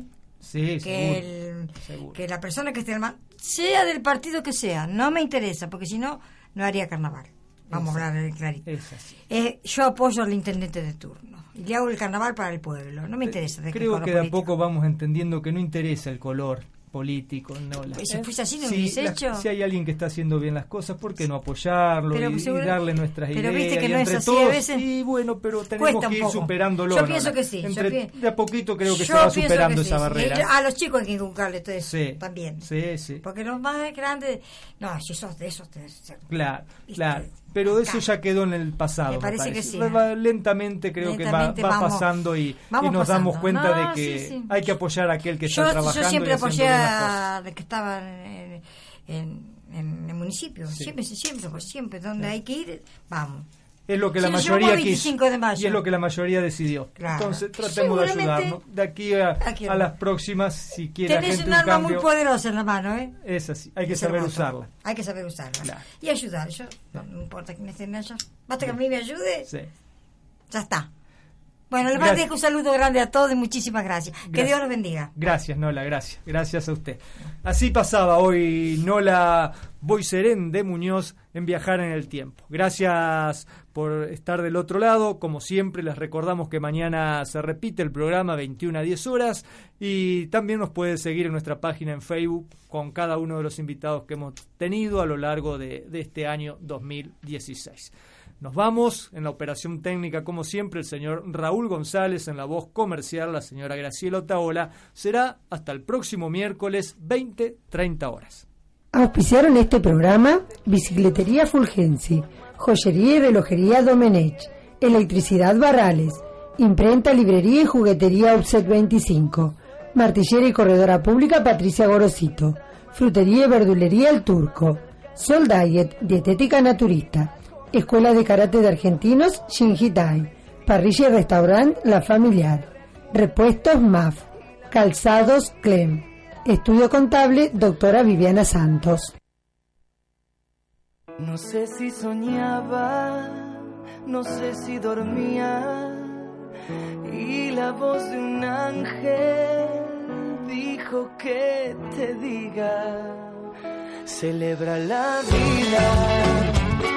Sí, que, seguro, el, seguro. que la persona que esté al mando, sea del partido que sea, no me interesa, porque si no, no haría carnaval. Vamos a hablar de clarito. Es así. Eh, yo apoyo al intendente de turno y le hago el carnaval para el pueblo. No me interesa. de Creo color que de a político. poco vamos entendiendo que no interesa el color político. No, la, Pues si fuese así, no lo si, hubiese la- hecho. si hay alguien que está haciendo bien las cosas, ¿por qué no apoyarlo Pero y, seguro- y darle nuestras pero ideas? viste que y no es entre así, a todos, veces y bueno, pero tenemos cuesta un que ir poco. superándolo. Yo ¿no? pienso que sí, yo Entre- pi- de a poquito creo que se Yo va pienso superando que esa sí, sí. barrera. Y a los chicos hay que inculcarle todo eso Sí, también. sí, sí. Porque los más grandes, no, si sos de esos, te, Claro, ¿viste? claro. Pero eso Acá. ya quedó en el pasado. Me parece que sí. Va- va- lentamente creo Lentamente que va, va vamos- pasando y, vamos y nos damos pasando. cuenta No, de que sí, sí. hay que apoyar a aquel que yo, está trabajando. yo siempre y haciendo apoyé bien las cosas. a los que estaban en, en, en el municipio. Sí. Siempre, siempre, pues siempre. Donde hay que ir, vamos. Es lo que Si la nos mayoría llevamos quiso veinticinco de mayo. y es lo que la mayoría decidió. Claro. Entonces tratemos de Seguramente- ayudarnos. De aquí a, Aquí a no. las próximas, si quiere la Tenés gente un un arma cambio, muy poderosa en la mano, ¿eh? es así. Hay que Es saber hermoso. usarla. Hay que saber usarla. Claro. Y ayudar. Yo, no, no importa quién esté en ella. Basta que a mí me ayude, Sí. ya está. Bueno, les Gracias. mando un saludo grande a todos y muchísimas gracias. Que Gracias. Dios los bendiga. Gracias, Nola, gracias. Gracias a usted. Así pasaba hoy Nola Boiserén de Muñoz en Viajar en el Tiempo. Gracias por estar del otro lado. Como siempre, les recordamos que mañana se repite el programa veintiuna a diez horas y también nos puede seguir en nuestra página en Facebook con cada uno de los invitados que hemos tenido a lo largo de, de este año dos mil dieciséis. Nos vamos en la operación técnica, como siempre, el señor Raúl González, en la voz comercial, la señora Graciela Otaola. Será hasta el próximo miércoles, veinte treinta horas. Auspiciaron este programa Bicicletería Fulgensi, Joyería y Relojería Domenech, Electricidad Barrales, Imprenta, Librería y Juguetería Offset veinticinco, Martillera y Corredora Pública Patricia Gorosito, Frutería y Verdulería El Turco, Sol Diet, Dietética Naturista, Escuela de Karate de Argentinos, Shinjitai, Parrilla y Restaurant La Familiar, Repuestos M A F, Calzados Clem, Estudio Contable Doctora Viviana Santos. No sé si soñaba, no sé si dormía, y la voz de un ángel dijo que te diga, celebra la vida.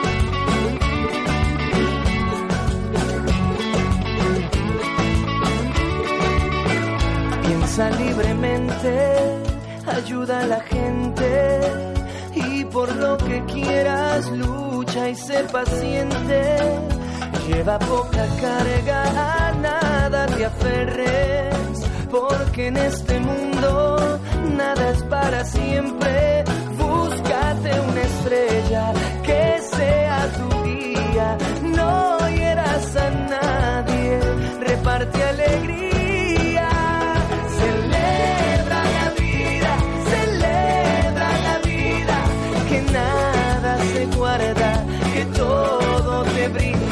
Piensa libremente, ayuda a la gente y por lo que quieras lucha y sé paciente. Lleva poca carga, a nada te aferres, porque en este mundo nada es para siempre. Búscate una estrella que sea tu guía, no hieras a nadie, reparte alegría. Que nada se guarda, que todo te brinda.